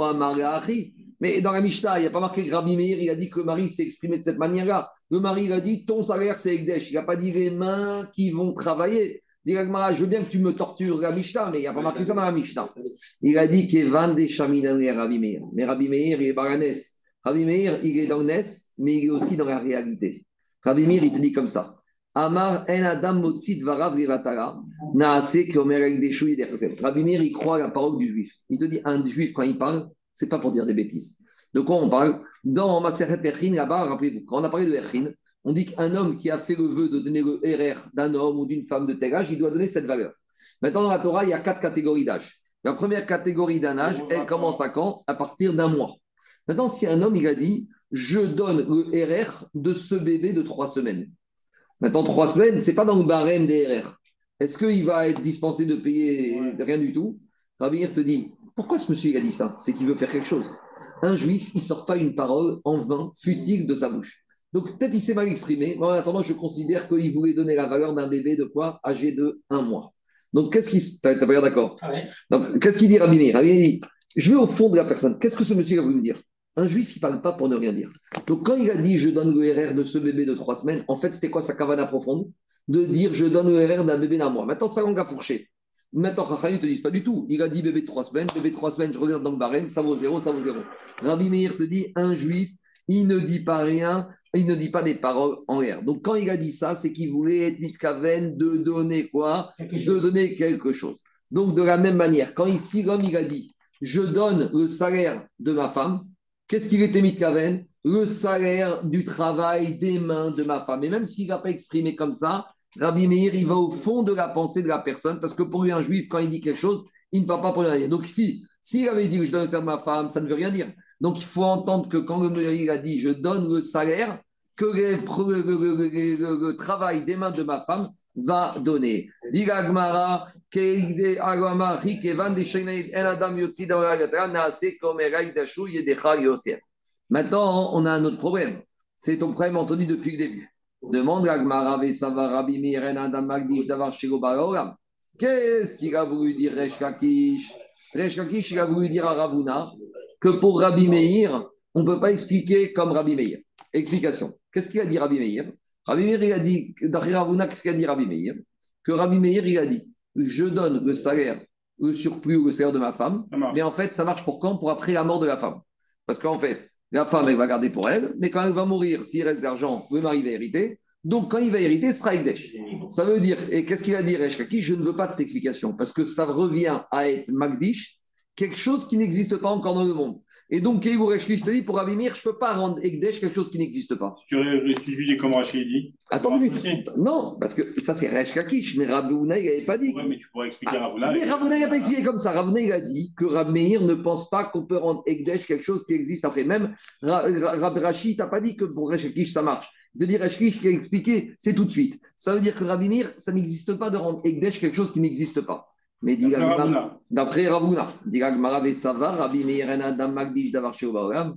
mais dans la Mishnah, il n'y a pas marqué que Rabbi Meir, il a dit que le mari s'est exprimé de cette manière-là. Le mari, il a dit ton salaire, c'est Ekdesh. Il n'a pas dit les mains qui vont travailler. Dit Agmara, je veux bien que tu me tortures la Mishnah, mais il n'y a pas marqué ça dans la Mishnah. Il a dit qu'Evan des Chaminani Rabbi Meir. Mais Rabbi Meir, il est baranès. Rabbi Meir, il est dans le Ness, mais il est aussi dans la réalité. Rabbi Meir, il te dit comme ça. Amar en Adam Motsit Varav Levatara, Naase Komer avec des chouilles et des recettes. Rabbi Meir, il croit à la parole du juif. Il te dit, un juif, quand il parle, c'est pas pour dire des bêtises. De quoi on parle? Dans Maseret Erchin, là-bas, rappelez-vous, quand on a parlé de Erchin, on dit qu'un homme qui a fait le vœu de donner le RR d'un homme ou d'une femme de tel âge, il doit donner cette valeur. Maintenant, dans la Torah, il y a 4 catégories d'âge. La première catégorie d'un âge, elle commence à quand? À partir d'un mois. Maintenant, si un homme, il a dit, je donne le RR de ce bébé de 3 semaines. Maintenant, 3 semaines, ce n'est pas dans le barème des RR. Est-ce qu'il va être dispensé de payer rien du tout? Rabbi Meir te dit, pourquoi ce monsieur il a dit ça? C'est qu'il veut faire quelque chose. Un juif, il ne sort pas une parole en vain, futile de sa bouche. Donc, peut-être il s'est mal exprimé, mais en attendant, je considère qu'il voulait donner la valeur d'un bébé de quoi? Âgé de 1 mois. Donc, qu'est-ce qu'il... T'as pas l'air d'accord? Ouais. Donc, qu'est-ce qu'il dit Rabbi Meir? Rabbi Meir dit, je vais au fond de la personne. Qu'est-ce que ce monsieur a voulu me dire? Un juif, il ne parle pas pour ne rien dire. Donc, quand il a dit, je donne le RR de ce bébé de 3 semaines, en fait, c'était quoi sa cavana profonde? De dire, je donne le RR d'un bébé d'un mois. Maintenant, sa langue a fourché. Maintenant, Chacham, ils ne te disent pas du tout. Il a dit bébé de 3 semaines, bébé de 3 semaines, je regarde dans le barème, ça vaut 0, ça vaut 0. Rabbi Meir te dit, un juif, il ne dit pas rien, il ne dit pas des paroles en l'air. Donc, quand il a dit ça, c'est qu'il voulait être mitkaven de donner quoi? De donner quelque chose. Donc, de la même manière, quand ici, l'homme, il a dit, je donne le salaire de ma femme, qu'est-ce qu'il était mitkaven? Le salaire du travail des mains de ma femme. Et même s'il n'a pas exprimé comme ça, Rabbi Meir, il va au fond de la pensée de la personne, parce que pour lui, un juif, quand il dit quelque chose, il ne parle pas pour rien dire. Donc, s'il avait dit que je donne le salaire de ma femme, ça ne veut rien dire. Donc, il faut entendre que quand le mari a dit je donne le salaire, que le travail des mains de ma femme va donner. Maintenant, on a un autre problème. C'est ton problème, Anthony, depuis le début. Demande à Gmara Vesava Rabbi Meir en Adam Magdish Davar Shiro Baolam. Qu'est-ce qu'il a voulu dire Resh Lakish? Resh Lakish, il a voulu dire à Ravuna que pour Rabbi Meir, on ne peut pas expliquer comme Rabbi Meir. Explication. Qu'est-ce qu'il a dit Rabbi Meir? Rabbi Meir, il a dit, d'après Ravuna, qu'est-ce qu'il a dit Rabbi Meir? Que Rabbi Meir, il a dit, je donne le salaire, le surplus ou le salaire de ma femme, mais en fait, ça marche pour quand? Pour après la mort de la femme. Parce qu'en fait, la femme, elle va garder pour elle, mais quand elle va mourir, s'il reste d'argent, le mari va hériter. Donc, quand il va hériter, ce sera Ekdesh. Ça veut dire, et qu'est-ce qu'il a dit Resh Lakish? Je ne veux pas de cette explication, parce que ça revient à être Magdish, quelque chose qui n'existe pas encore dans le monde. Et donc, Keïou Resh Lakish te dit, pour Rabbi Meir, je ne peux pas rendre Ekdesh quelque chose qui n'existe pas. Tu aurais suivi comme Rachid dit. Attends une minute. Non, parce que ça, c'est Resh Lakish, mais Ravuna, il n'avait pas dit. Oui, mais tu pourrais expliquer à Ravuna. Mais Ravuna, il n'a pas expliqué comme ça. Ravuna, il a dit que Rabbi Meir ne pense pas qu'on peut rendre Ekdesh quelque chose qui existe après. Même Rabbi Rachid n'a pas dit que pour Resh Lakish, ça marche. Je veux dire, Resh Lakish qui a expliqué, c'est tout de suite. Ça veut dire que Rabbi Meir, ça n'existe pas de rendre Ekdesh quelque chose qui n'existe pas. Mais d'après Ravuna, Rabbi Meir en Adam Magdish Davar Sheo Baolam.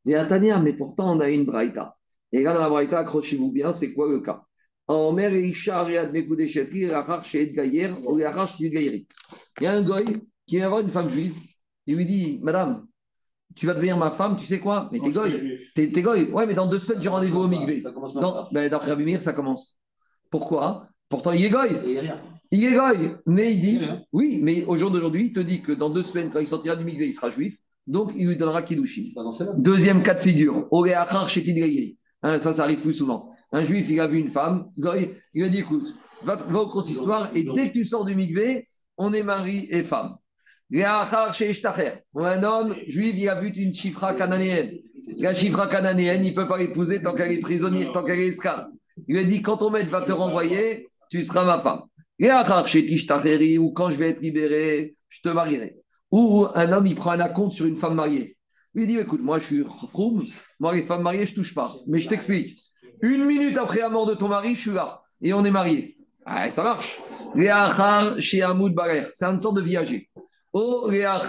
Et à Tania, mais pourtant, on a une braïta. Et là, dans la braïta, accrochez-vous bien, c'est quoi le cas? En mer et Isha, Ariad, Mekoudé, Chetri, Rachar, Chez Gaïer, ou Rachar, Chez Gaïri. Il y a un goy qui vient voir une femme juive. Il lui dit, Madame, tu vas devenir ma femme, tu sais quoi? Mais t'es goy. T'es goy. Ouais, mais dans 2 semaines, j'ai rendez-vous au Mikvé. Dans Rabbi Meir, ça commence. Pourquoi? Pourtant, il est goy. Il est goy. Mais il dit, oui, mais au jour d'aujourd'hui, il te dit que dans 2 semaines, quand il sortira du Mikvé, il sera juif. Donc, il lui donnera Kiddushin. Deuxième cas de figure. Ça arrive plus souvent. Un juif, il a vu une femme, goy, il lui a dit, écoute, va au consistoire, et dès que tu sors du Mikvé, on est mari et femme. Un homme juif, il a vu une chifra cananéenne. La chifra cananéenne, il ne peut pas l'épouser tant qu'elle est prisonnière, tant qu'elle est esclave. Il lui a dit, quand ton maître va te renvoyer, tu seras ma femme. Ou quand je vais être libéré, je te marierai. Ou un homme, il prend un acompte sur une femme mariée. Il dit, écoute, moi je suis froum, moi les femmes mariées, je ne touche pas. Mais je t'explique. 1 minute après la mort de ton mari, je suis là. Et on est mariés. Ah, ça marche. C'est une sorte de viager. Ou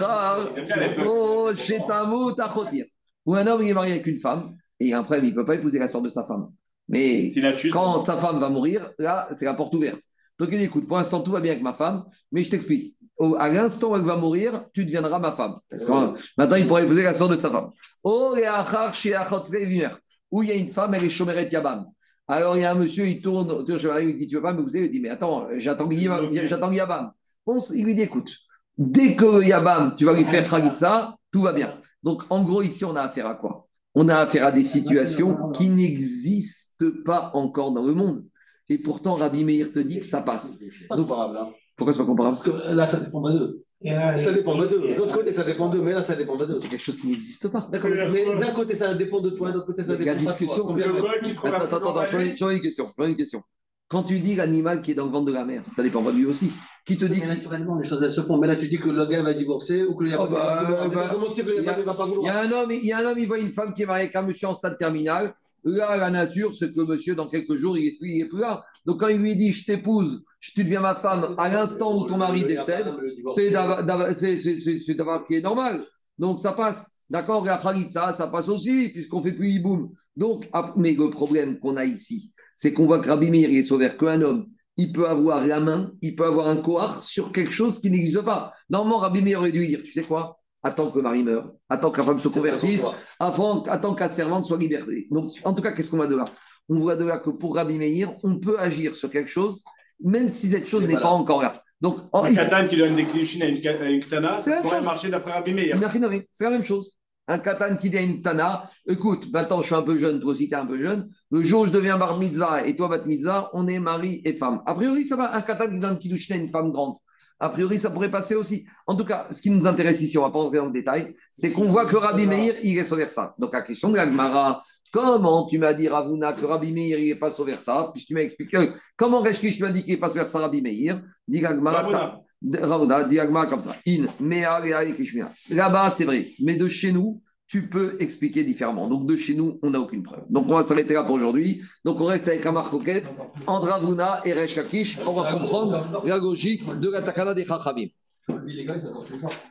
un homme il est marié avec une femme, et après, il ne peut pas épouser la sœur de sa femme. Mais quand sa femme va mourir, là, c'est la porte ouverte. Donc il dit, écoute, pour l'instant, tout va bien avec ma femme, mais je t'explique. À l'instant où elle va mourir, tu deviendras ma femme. Parce que maintenant, il pourra épouser la sœur de sa femme. Où il y a une femme, elle est Shomeret Yabam. Alors il y a un monsieur, il tourne autour de il dit, tu veux pas m'épouser? Il dit, mais attends, j'attends Yabam. Bon, il lui dit, écoute, dès que Yabam, tu vas lui faire Khalitsa, tout va bien. Donc en gros, ici, on a affaire à quoi? On a affaire à des situations qui n'existent pas encore dans le monde. Et pourtant, Rabbi Meir te dit que ça passe. C'est pas comparable. Hein. Pourquoi c'est pas comparable? Parce que là, ça dépend pas d'eux. Ça dépend pas d'eux. De l'autre côté, ça dépend d'eux, mais là, ça dépend pas d'eux. C'est quelque chose qui n'existe pas. D'accord, mais d'un côté, ça dépend de toi, de l'autre côté, ça dépend la discussion, pas de toi. Attends, j'en ai une question. Quand tu dis l'animal qui est dans le ventre de la mère, ça dépend pas de lui aussi. Qui te dit que naturellement, les choses elles se font. Mais là, tu dis que le gars va divorcer ou que le gars comment tu sais que le gars ne va pas vouloir? Il y a un homme, il voit une femme qui est mariée avec un monsieur en stade terminal. Là, la nature, c'est que monsieur, dans quelques jours, il est plus là. Donc, quand il lui dit, je t'épouse, tu deviens ma femme, à l'instant où ton mari décède, c'est d'avoir qui est normal. Donc, ça passe. D'accord, la Khalitsa, ça passe aussi, puisqu'on fait plus hiboum. Donc, mais le problème qu'on a ici, c'est qu'on voit que Rabbi Meir est sauvé qu'un homme, il peut avoir la main, il peut avoir un kohar sur quelque chose qui n'existe pas. Normalement, Rabbi Meir aurait dû dire, tu sais quoi? Attends que le mari meure, attends que la femme se convertisse, attends que la servante soit libérée. Donc, en tout cas, qu'est-ce qu'on voit de là? On voit de là que pour Rabbi Meir, on peut agir sur quelque chose, même si cette chose n'est pas encore là. Donc, un katan qui donne des kiddushin à une ktana, ça pourrait marcher d'après Rabbi Meir. C'est la même chose. Un katan qui dit à une tana, écoute, maintenant je suis un peu jeune, toi aussi tu es un peu jeune, le jour où je deviens bar mitzvah et toi bat mitzvah, on est mari et femme. A priori, ça va, un katan qui donne kiddushin à une femme grande. A priori, ça pourrait passer aussi. En tout cas, ce qui nous intéresse ici, on ne va pas rentrer dans le détail, c'est qu'on voit que Rabbi Meir, il est sauvé ça. Donc la question de la Gemara, comment tu m'as dit, Ravuna, que Rabbi Meir, il n'est pas sauvé ça? Puis tu m'as expliqué, comment Reshkish m'as dit qu'il n'est pas sauvé ça, Rabbi Meir? Dit la Gemara. Ravuna, diagma comme ça. Là-bas, c'est vrai. Mais de chez nous, tu peux expliquer différemment. Donc, de chez nous, on n'a aucune preuve. Donc, on va s'arrêter là pour aujourd'hui. Donc, on reste avec Amar Koket, Andravuna et Resh Lakish. On va comprendre la logique de la Takana des Chachamim.